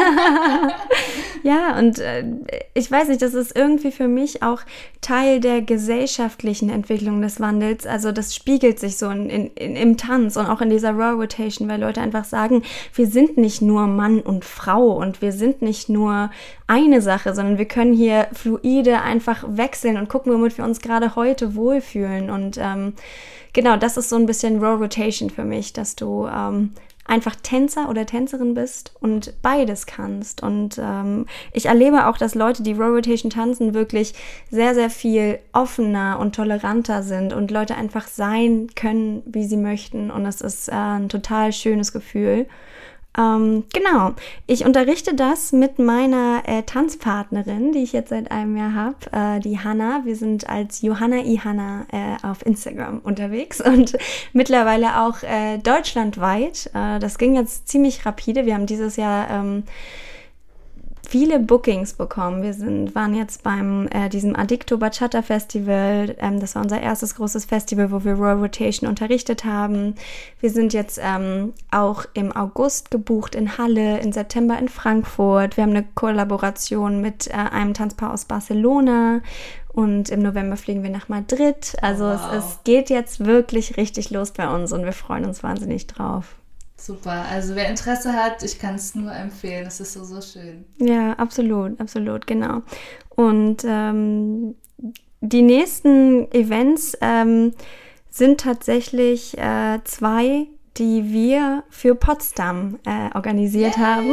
Ja, und äh, ich weiß nicht, das ist irgendwie für mich auch Teil der gesellschaftlichen Entwicklung des Wandels. Also das spiegelt sich so in, in, in, im Tanz und auch in dieser Raw Rotation, weil Leute einfach sagen, wir sind nicht nur Mann und Frau und wir sind nicht nur eine Sache, sondern wir können hier fluide einfach wechseln und gucken, womit wir uns gerade heute wohlfühlen. Und ähm, genau, das ist so ein bisschen Raw Rotation für mich, dass du ähm, einfach Tänzer oder Tänzerin bist und beides kannst. Und ähm, ich erlebe auch, dass Leute, die Raw Rotation tanzen, wirklich sehr, sehr viel offener und toleranter sind und Leute einfach sein können, wie sie möchten. Und es ist äh, ein total schönes Gefühl. Ähm, genau, ich unterrichte das mit meiner äh, Tanzpartnerin, die ich jetzt seit einem Jahr habe, äh, die Hanna. Wir sind als Johanna I. Hanna äh, auf Instagram unterwegs und mittlerweile auch äh, deutschlandweit. Äh, das ging jetzt ziemlich rapide. Wir haben dieses Jahr ähm, viele Bookings bekommen. Wir sind, waren jetzt beim äh, diesem Addicto Bachata Festival. Ähm, das war unser erstes großes Festival, wo wir Raw Rotation unterrichtet haben. Wir sind jetzt ähm, auch im August gebucht in Halle, im September in Frankfurt. Wir haben eine Kollaboration mit äh, einem Tanzpaar aus Barcelona und im November fliegen wir nach Madrid. Also oh, wow. es, es geht jetzt wirklich richtig los bei uns und wir freuen uns wahnsinnig drauf. Super, also wer Interesse hat, ich kann es nur empfehlen, es ist so, so schön. Ja, absolut, absolut, genau. Und ähm, die nächsten Events ähm, sind tatsächlich äh, zwei, die wir für Potsdam äh, organisiert Yay, haben.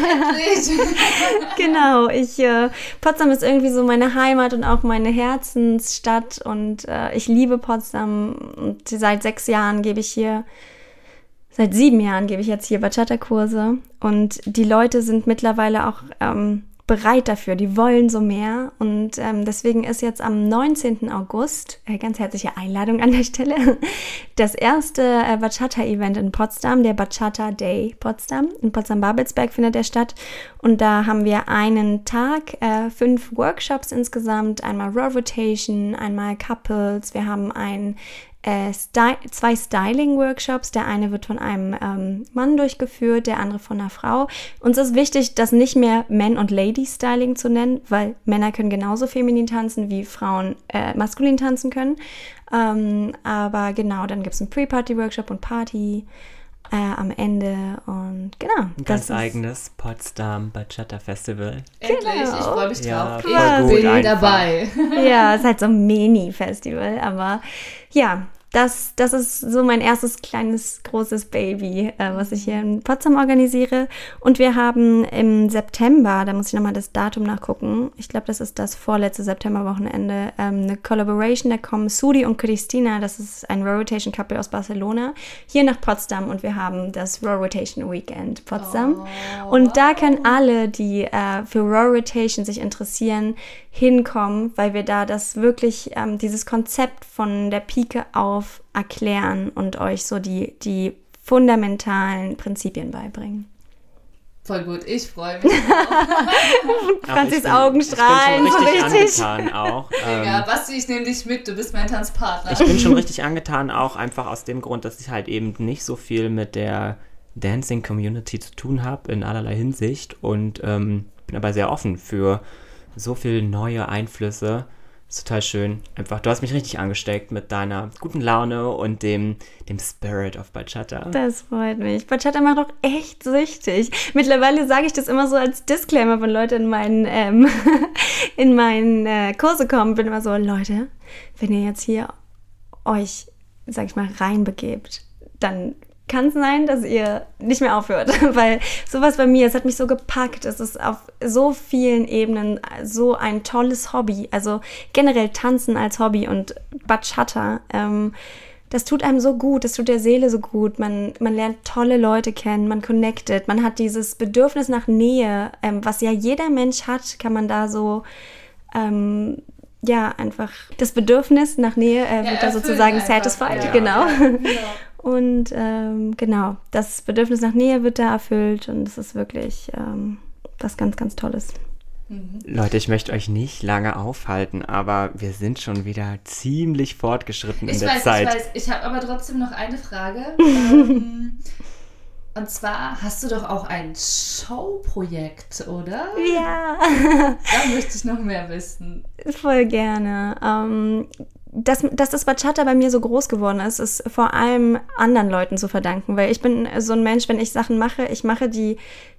Genau, ich, äh, Potsdam ist irgendwie so meine Heimat und auch meine Herzensstadt und äh, ich liebe Potsdam und seit sechs Jahren gebe ich hier Seit sieben Jahren gebe ich jetzt hier Bachata-Kurse und die Leute sind mittlerweile auch ähm, bereit dafür, die wollen so mehr und ähm, deswegen ist jetzt am neunzehnten August, äh, ganz herzliche Einladung an der Stelle, das erste äh, Bachata-Event in Potsdam, der Bachata Day Potsdam. In Potsdam-Babelsberg findet der statt und da haben wir einen Tag, äh, fünf Workshops insgesamt, einmal Raw Rotation, einmal Couples, wir haben ein Äh, Sty- zwei Styling-Workshops. Der eine wird von einem ähm, Mann durchgeführt, der andere von einer Frau. Uns ist wichtig, das nicht mehr Men- und Lady-Styling zu nennen, weil Männer können genauso feminin tanzen, wie Frauen äh, maskulin tanzen können. Ähm, aber genau, dann gibt es einen Pre-Party-Workshop und Party äh, am Ende und genau. Ein ganz eigenes Potsdam Bachata Festival. Endlich, Genau. ich freue mich drauf. Ja, ich voll bin gut dabei. Ja, es ist halt so ein Mini-Festival, aber ja, das, das ist so mein erstes kleines, großes Baby, äh, was ich hier in Potsdam organisiere. Und wir haben im September, da muss ich nochmal das Datum nachgucken, ich glaube, das ist das vorletzte Septemberwochenende, ähm, eine Collaboration, da kommen Sudi und Christina, das ist ein Raw Rotation Couple aus Barcelona, hier nach Potsdam und wir haben das Raw Rotation Weekend Potsdam. Oh, und wow. da können alle, die äh, für Raw Rotation sich interessieren, hinkommen, weil wir da das wirklich, ähm, dieses Konzept von der Pike auf erklären und euch so die, die fundamentalen Prinzipien beibringen. Voll gut, ich freue mich. Franzis Augen strahlen ich bin so schon richtig richtig. angetan auch. Ja, Ähm, Basti, ich nehme dich mit, du bist mein Tanzpartner. ich bin schon richtig angetan, auch einfach aus dem Grund, dass ich halt eben nicht so viel mit der Dancing-Community zu tun habe, in allerlei Hinsicht und ähm, bin aber sehr offen für so viele neue Einflüsse. Ist total schön. Einfach, du hast mich richtig angesteckt mit deiner guten Laune und dem, dem Spirit of Bachata. Das freut mich. Bachata macht auch echt süchtig. Mittlerweile sage ich das immer so als Disclaimer, wenn Leute in meinen, ähm, in meinen äh, Kurse kommen. Bin immer so, Leute, wenn ihr jetzt hier euch, sag ich mal, reinbegebt, dann kann es sein, dass ihr nicht mehr aufhört, weil sowas bei mir, es hat mich so gepackt, es ist auf so vielen Ebenen so ein tolles Hobby, also generell Tanzen als Hobby und Bachata ähm, das tut einem so gut, das tut der Seele so gut. Man, man lernt tolle Leute kennen, man connectet, man hat dieses Bedürfnis nach Nähe, ähm, was ja jeder Mensch hat, kann man da so, ähm, ja, einfach das Bedürfnis nach Nähe äh, wird ja, da sozusagen einfach satisfied, ja. genau. Ja, genau. Und ähm, genau, das Bedürfnis nach Nähe wird da erfüllt und es ist wirklich ähm, was ganz, ganz Tolles. Mhm. Leute, ich möchte euch nicht lange aufhalten, aber wir sind schon wieder ziemlich fortgeschritten in ich der weiß, Zeit. Ich weiß, ich habe aber trotzdem noch eine Frage. ähm, und zwar hast du doch auch ein Showprojekt, oder? Ja. Da möchte ich noch mehr wissen. Voll gerne. Ähm, dass, dass das Bachata bei mir so groß geworden ist, ist vor allem anderen Leuten zu verdanken, weil ich bin so ein Mensch, wenn ich Sachen mache, ich mache die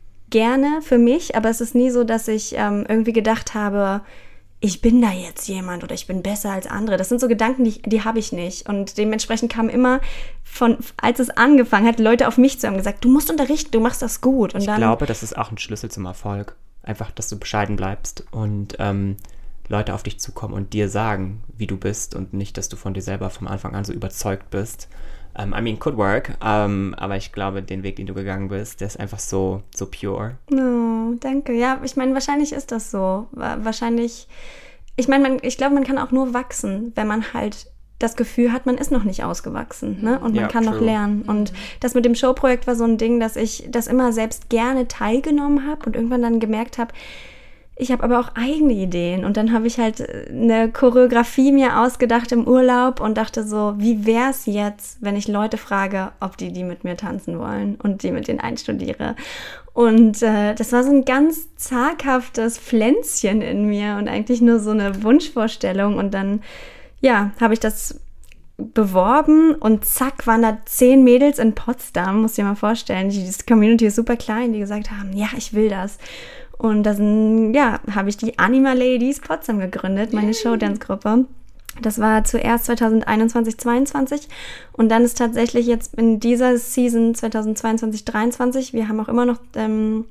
gerne für mich, aber es ist nie so, dass ich ähm, irgendwie gedacht habe, ich bin da jetzt jemand oder ich bin besser als andere. Das sind so Gedanken, die, die habe ich nicht. Und dementsprechend kamen immer, von, als es angefangen hat, Leute auf mich zu haben gesagt, du musst unterrichten, du machst das gut. Und ich dann, glaube, das ist auch ein Schlüssel zum Erfolg. Einfach, dass du bescheiden bleibst und ähm, Leute auf dich zukommen und dir sagen, wie du bist und nicht, dass du von dir selber vom Anfang an so überzeugt bist. Um, I mean, could work, um, aber ich glaube, den Weg, den du gegangen bist, der ist einfach so, so pure. Oh, danke. Ja, ich meine, wahrscheinlich ist das so. Wahrscheinlich, ich meine, man, ich glaube, man kann auch nur wachsen, wenn man halt das Gefühl hat, man ist noch nicht ausgewachsen, ne? Und man ja, kann true. noch lernen. Und das mit dem Showprojekt war so ein Ding, dass ich das immer selbst gerne teilgenommen habe und irgendwann dann gemerkt habe, ich habe aber auch eigene Ideen und dann habe ich halt eine Choreografie mir ausgedacht im Urlaub und dachte so, wie wär's jetzt, wenn ich Leute frage, ob die die mit mir tanzen wollen und die mit denen einstudiere. Und äh, das war so ein ganz zaghaftes Pflänzchen in mir und eigentlich nur so eine Wunschvorstellung und dann, ja, habe ich das beworben und zack, waren da zehn Mädels in Potsdam, musst du dir mal vorstellen. Die Community ist super klein, die gesagt haben, ja, ich will das. Und da sind, ja, habe ich die Anima Ladies Potsdam gegründet, meine Showdance-Gruppe. Das war zuerst zwanzig einundzwanzig zweiundzwanzig und dann ist tatsächlich jetzt in dieser Season zwanzig zweiundzwanzig dreiundzwanzig, wir haben auch immer noch, ähm,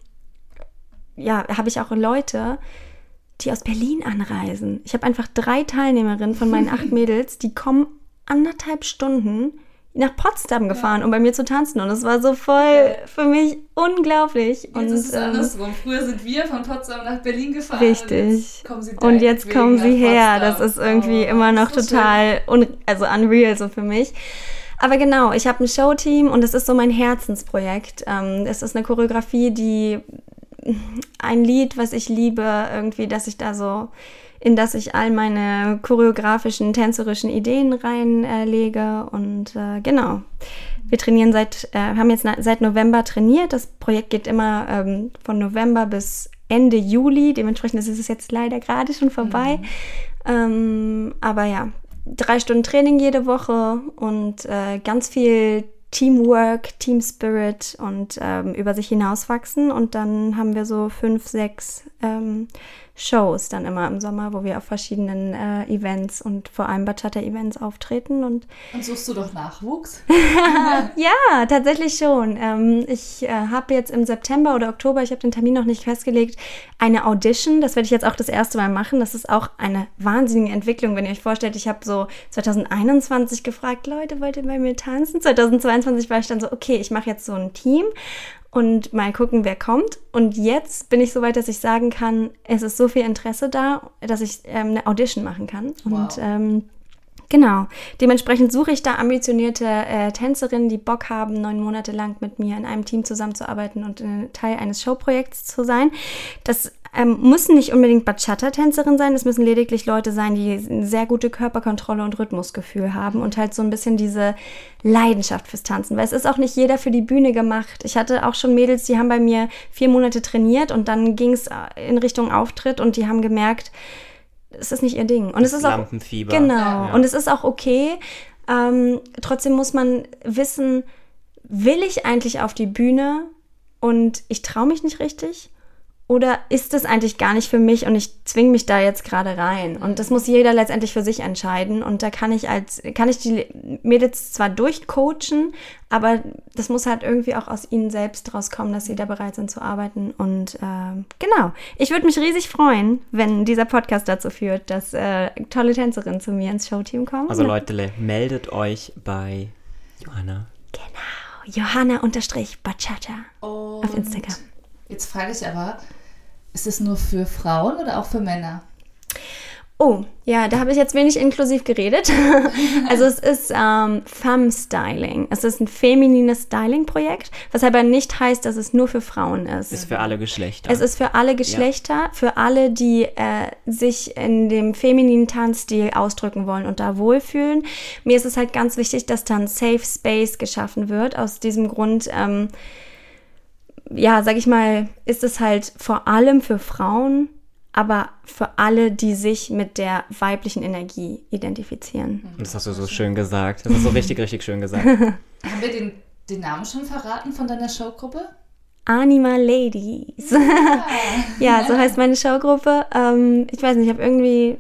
ja, habe ich auch Leute, die aus Berlin anreisen. Ich habe einfach drei Teilnehmerinnen von meinen acht Mädels, die kommen anderthalb Stunden nach Potsdam gefahren, ja. um bei mir zu tanzen. Und das war so voll für mich unglaublich. Jetzt und, ist es ähm, andersrum. Früher sind wir von Potsdam nach Berlin gefahren. Richtig. Und jetzt kommen sie, und jetzt kommen sie her. Potsdam. Das ist irgendwie oh, immer noch so total, un- also unreal so für mich. Aber genau, ich habe ein Showteam und es ist so mein Herzensprojekt. Ähm, es ist eine Choreografie, die ein Lied, was ich liebe, irgendwie, dass ich da so in das ich all meine choreografischen, tänzerischen Ideen reinlege. Äh, und äh, genau, wir trainieren seit, äh, haben jetzt na- seit November trainiert. Das Projekt geht immer ähm, von November bis Ende Juli. Dementsprechend ist es jetzt leider gerade schon vorbei. Mhm. Ähm, aber ja, drei Stunden Training jede Woche und äh, ganz viel Teamwork, Team Spirit und ähm, über sich hinauswachsen. Und dann haben wir so fünf, sechs ähm, Shows dann immer im Sommer, wo wir auf verschiedenen äh, Events und vor allem Bachata-Events auftreten. Und, und suchst du doch Nachwuchs? Ja, tatsächlich schon. Ähm, ich äh, habe jetzt im September oder Oktober, ich habe den Termin noch nicht festgelegt, eine Audition. Das werde ich jetzt auch das erste Mal machen. Das ist auch eine wahnsinnige Entwicklung, wenn ihr euch vorstellt. Ich habe so zwanzig einundzwanzig gefragt, Leute, wollt ihr bei mir tanzen? zwanzig zweiundzwanzig war ich dann so, okay, ich mache jetzt so ein Team und mal gucken, wer kommt. Und jetzt bin ich so weit, dass ich sagen kann, es ist so viel Interesse da, dass ich ähm, eine Audition machen kann. Wow. Und ähm, genau, dementsprechend suche ich da ambitionierte äh, Tänzerinnen, die Bock haben, neun Monate lang mit mir in einem Team zusammenzuarbeiten und äh, Teil eines Showprojekts zu sein. Das ähm, müssen nicht unbedingt Bachata-Tänzerinnen sein, es müssen lediglich Leute sein, die eine sehr gute Körperkontrolle und Rhythmusgefühl haben und halt so ein bisschen diese Leidenschaft fürs Tanzen, weil es ist auch nicht jeder für die Bühne gemacht. Ich hatte auch schon Mädels, die haben bei mir vier Monate trainiert und dann ging es in Richtung Auftritt und die haben gemerkt, es ist nicht ihr Ding. Und das es ist auch Lampenfieber. Genau. Ja. Und es ist auch okay. Ähm, trotzdem muss man wissen, will ich eigentlich auf die Bühne und ich traue mich nicht richtig? oder ist es eigentlich gar nicht für mich und ich zwinge mich da jetzt gerade rein? Und das muss jeder letztendlich für sich entscheiden. Und da kann ich als, kann ich die Mädels zwar durchcoachen, aber das muss halt irgendwie auch aus ihnen selbst rauskommen, dass sie da bereit sind zu arbeiten. Und äh, genau, ich würde mich riesig freuen, wenn dieser Podcast dazu führt, dass äh, tolle Tänzerinnen zu mir ins Showteam kommen. Also Leute, meldet euch bei Johanna. Genau, Johanna-Bachata auf Instagram. Jetzt frage ich aber, ist es nur für Frauen oder auch für Männer? Oh, ja, da habe ich jetzt wenig inklusiv geredet. Also es ist ähm, Femme-Styling. Es ist ein feminines Styling-Projekt, was aber nicht heißt, dass es nur für Frauen ist. Ist für alle Geschlechter. Es ist für alle Geschlechter, ja. Für alle, die äh, sich in dem femininen Tanzstil ausdrücken wollen und da wohlfühlen. Mir ist es halt ganz wichtig, dass da ein Safe Space geschaffen wird. Aus diesem Grund... Ähm, ja, sag ich mal, ist es halt vor allem für Frauen, aber für alle, die sich mit der weiblichen Energie identifizieren. Das hast du so schön gesagt. Das hast du so richtig, richtig schön gesagt. Haben wir den, den Namen schon verraten von deiner Showgruppe? Anima Ladies. Ja, ja, so heißt meine Showgruppe. Ähm, ich weiß nicht, ich habe irgendwie...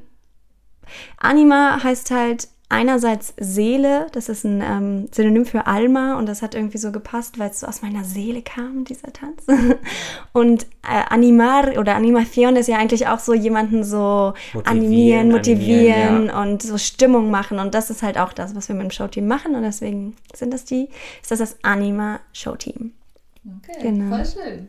Anima heißt halt einerseits Seele, das ist ein ähm, Synonym für Alma und das hat irgendwie so gepasst, weil es so aus meiner Seele kam, dieser Tanz. Und äh, Animar oder Animation ist ja eigentlich auch so jemanden so motivieren, animieren, motivieren animieren, ja. Und so Stimmung machen und das ist halt auch das, was wir mit dem Showteam machen und deswegen sind das die, ist das das Anima-Showteam. Okay, genau. Voll schön.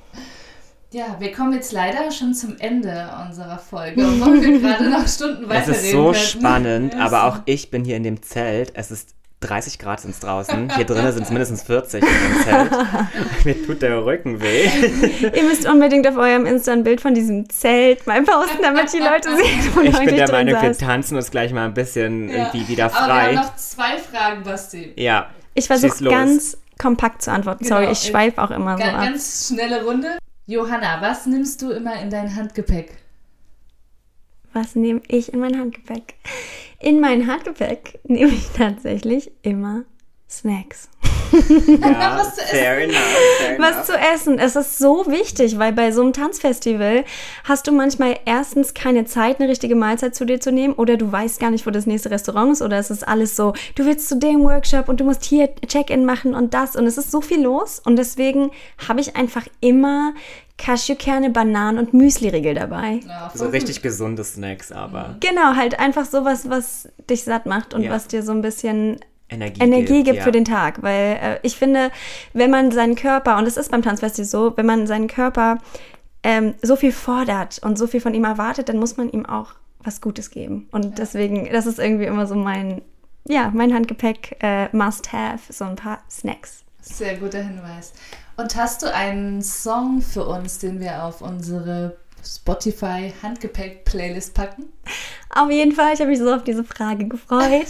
Ja, wir kommen jetzt leider schon zum Ende unserer Folge, obwohl wir gerade noch Stunden weiterreden. Es ist so könnten. spannend, Ja, aber so. auch ich bin hier in dem Zelt. Es ist dreißig Grad sind es draußen. Hier drinnen sind es mindestens vierzig in dem Zelt. Mir tut der Rücken weh. Ihr müsst unbedingt auf eurem Insta ein Bild von diesem Zelt mal posten, damit die Leute sehen, wo Ich ihr bin der drin Meinung, wir saßt. tanzen uns gleich mal ein bisschen Ja. irgendwie wieder Aber wir frei. haben noch zwei Fragen, Basti. Ja. Ich Schieß versuche los. ganz kompakt zu antworten. Sorry, Genau. ich schweife auch immer so Ga- ab. Ganz schnelle Runde. Johanna, was nimmst du immer in dein Handgepäck? Was nehme ich in mein Handgepäck? In mein Handgepäck nehme ich tatsächlich immer Snacks. Ja, Was zu essen. fair enough, fair Was enough. zu essen. Es ist so wichtig, weil bei so einem Tanzfestival hast du manchmal erstens keine Zeit, eine richtige Mahlzeit zu dir zu nehmen oder du weißt gar nicht, wo das nächste Restaurant ist oder es ist alles so, du willst zu dem Workshop und du musst hier Check-in machen und das und es ist so viel los und deswegen habe ich einfach immer Cashewkerne, Bananen und Müsli-Riegel dabei. Ja, voll So gut. richtig gesunde Snacks, aber Genau, halt einfach sowas, was dich satt macht und Ja. was dir so ein bisschen Energie, Energie gibt ja. für den Tag, weil äh, ich finde, wenn man seinen Körper, und es ist beim Tanzfestival so, wenn man seinen Körper ähm, so viel fordert und so viel von ihm erwartet, dann muss man ihm auch was Gutes geben. Und ja. deswegen, das ist irgendwie immer so mein, ja, mein Handgepäck äh, must have, so ein paar Snacks. Sehr guter Hinweis. Und hast du einen Song für uns, den wir auf unsere Spotify Handgepäck-Playlist packen? Auf jeden Fall, ich habe mich so auf diese Frage gefreut.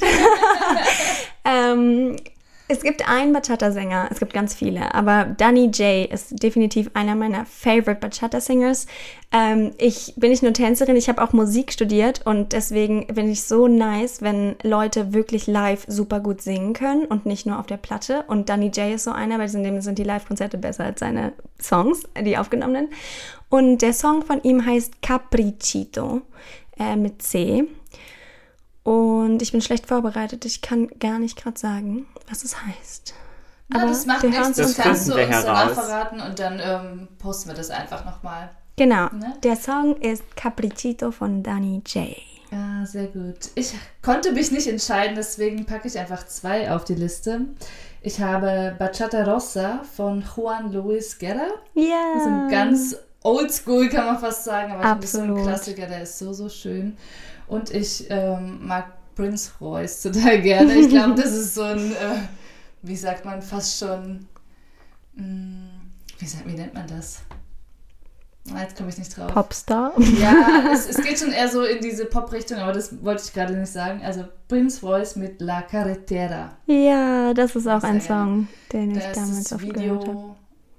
ähm, es gibt einen Bachata-Sänger, es gibt ganz viele, aber Danny J ist definitiv einer meiner favorite Bachata-Singers. Ähm, ich bin nicht nur Tänzerin, ich habe auch Musik studiert und deswegen bin ich so nice, wenn Leute wirklich live super gut singen können und nicht nur auf der Platte. Und Danny J ist so einer, weil in dem sind die Live-Konzerte besser als seine Songs, die aufgenommenen. Und der Song von ihm heißt Caprichito äh, mit C. Und ich bin schlecht vorbereitet. Ich kann gar nicht gerade sagen, was es heißt. Na, Aber das macht wir nichts, hören's das uns kannst du finden uns wir danach heraus. verraten und dann ähm, posten wir das einfach nochmal. Genau, Ne? der Song ist Caprichito von Danny J. Ja, sehr gut. Ich konnte mich nicht entscheiden, deswegen packe ich einfach zwei auf die Liste. Ich habe Bachata Rosa von Juan Luis Guerra. Ja. Das ist ein ganz oldschool, kann man fast sagen, aber ich finde, das ist so ein Absolut. Klassiker, der ist so, so schön. Und ich ähm, mag Prince Royce total gerne. Ich glaube, das ist so ein, äh, wie sagt man, fast schon, mh, wie, sagt, wie nennt man das? Ah, jetzt komme ich nicht drauf. Popstar. Ja, es, es geht schon eher so in diese Pop-Richtung, aber das wollte ich gerade nicht sagen. Also Prince Royce mit La Carretera. Ja, das ist auch Sehr ein gerne. Song, den ich Da ist damals das oft gehört habe. Video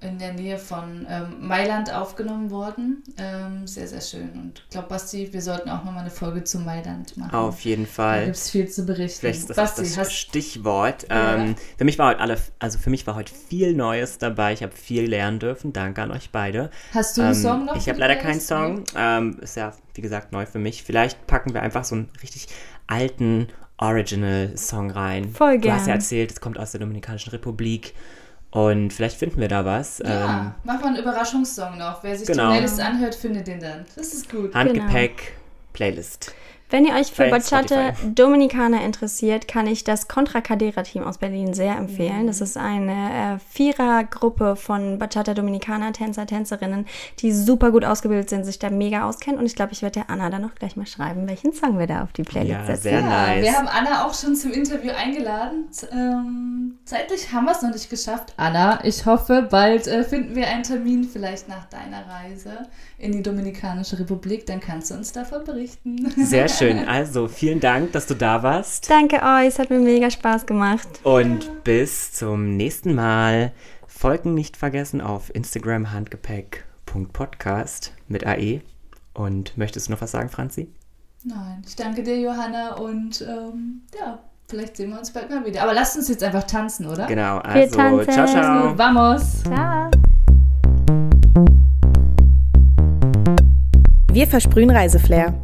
in der Nähe von ähm, Mailand aufgenommen worden. Ähm, sehr, sehr schön. Und ich glaube, Basti, wir sollten auch nochmal eine Folge zu Mailand machen. Auf jeden Fall. Da gibt es viel zu berichten. Vielleicht ist das Basti, das hast Stichwort. Ja. Ähm, für mich war heute alle, also für mich war heute viel Neues dabei. Ich habe viel lernen dürfen. Danke an euch beide. Hast du einen ähm, Song noch? Ich für habe die leider keinen Playlist? Song. Ähm, ist ja, wie gesagt, neu für mich. Vielleicht packen wir einfach so einen richtig alten Original-Song rein. Voll Du hast ja gern. erzählt, es kommt aus der Dominikanischen Republik. Und vielleicht finden wir da was. Ja, Ähm, mach mal einen Überraschungssong noch. Wer sich genau. die Playlist anhört, findet den dann. Das ist gut. Handgepäck, Playlist. Wenn ihr euch für Bei Bachata Spotify. Dominicana interessiert, kann ich das Contra Cadera-Team aus Berlin sehr empfehlen. Das ist eine äh, Vierergruppe von Bachata Dominicana Tänzer, Tänzerinnen, die super gut ausgebildet sind, sich da mega auskennen. Und ich glaube, ich werde der Anna dann noch gleich mal schreiben, welchen Song wir da auf die Playlist Ja, setzen. sehr Ja, nice. wir haben Anna auch schon zum Interview eingeladen. Z- Ähm, zeitlich haben wir es noch nicht geschafft. Anna, ich hoffe, bald äh, finden wir einen Termin, vielleicht nach deiner Reise in die Dominikanische Republik. Dann kannst du uns davon berichten. Sehr schön. Also, vielen Dank, dass du da warst. Danke euch, es hat mir mega Spaß gemacht. Und bis zum nächsten Mal. Folgen nicht vergessen auf Instagram handgepäck punkt podcast mit A E. Und möchtest du noch was sagen, Franzi? Nein, ich danke dir, Johanna. Und ähm, ja, vielleicht sehen wir uns bald mal wieder. Aber lasst uns jetzt einfach tanzen, oder? Genau, also tanzen. ciao, ciao. Vamos! Ciao. Wir versprühen Reiseflair.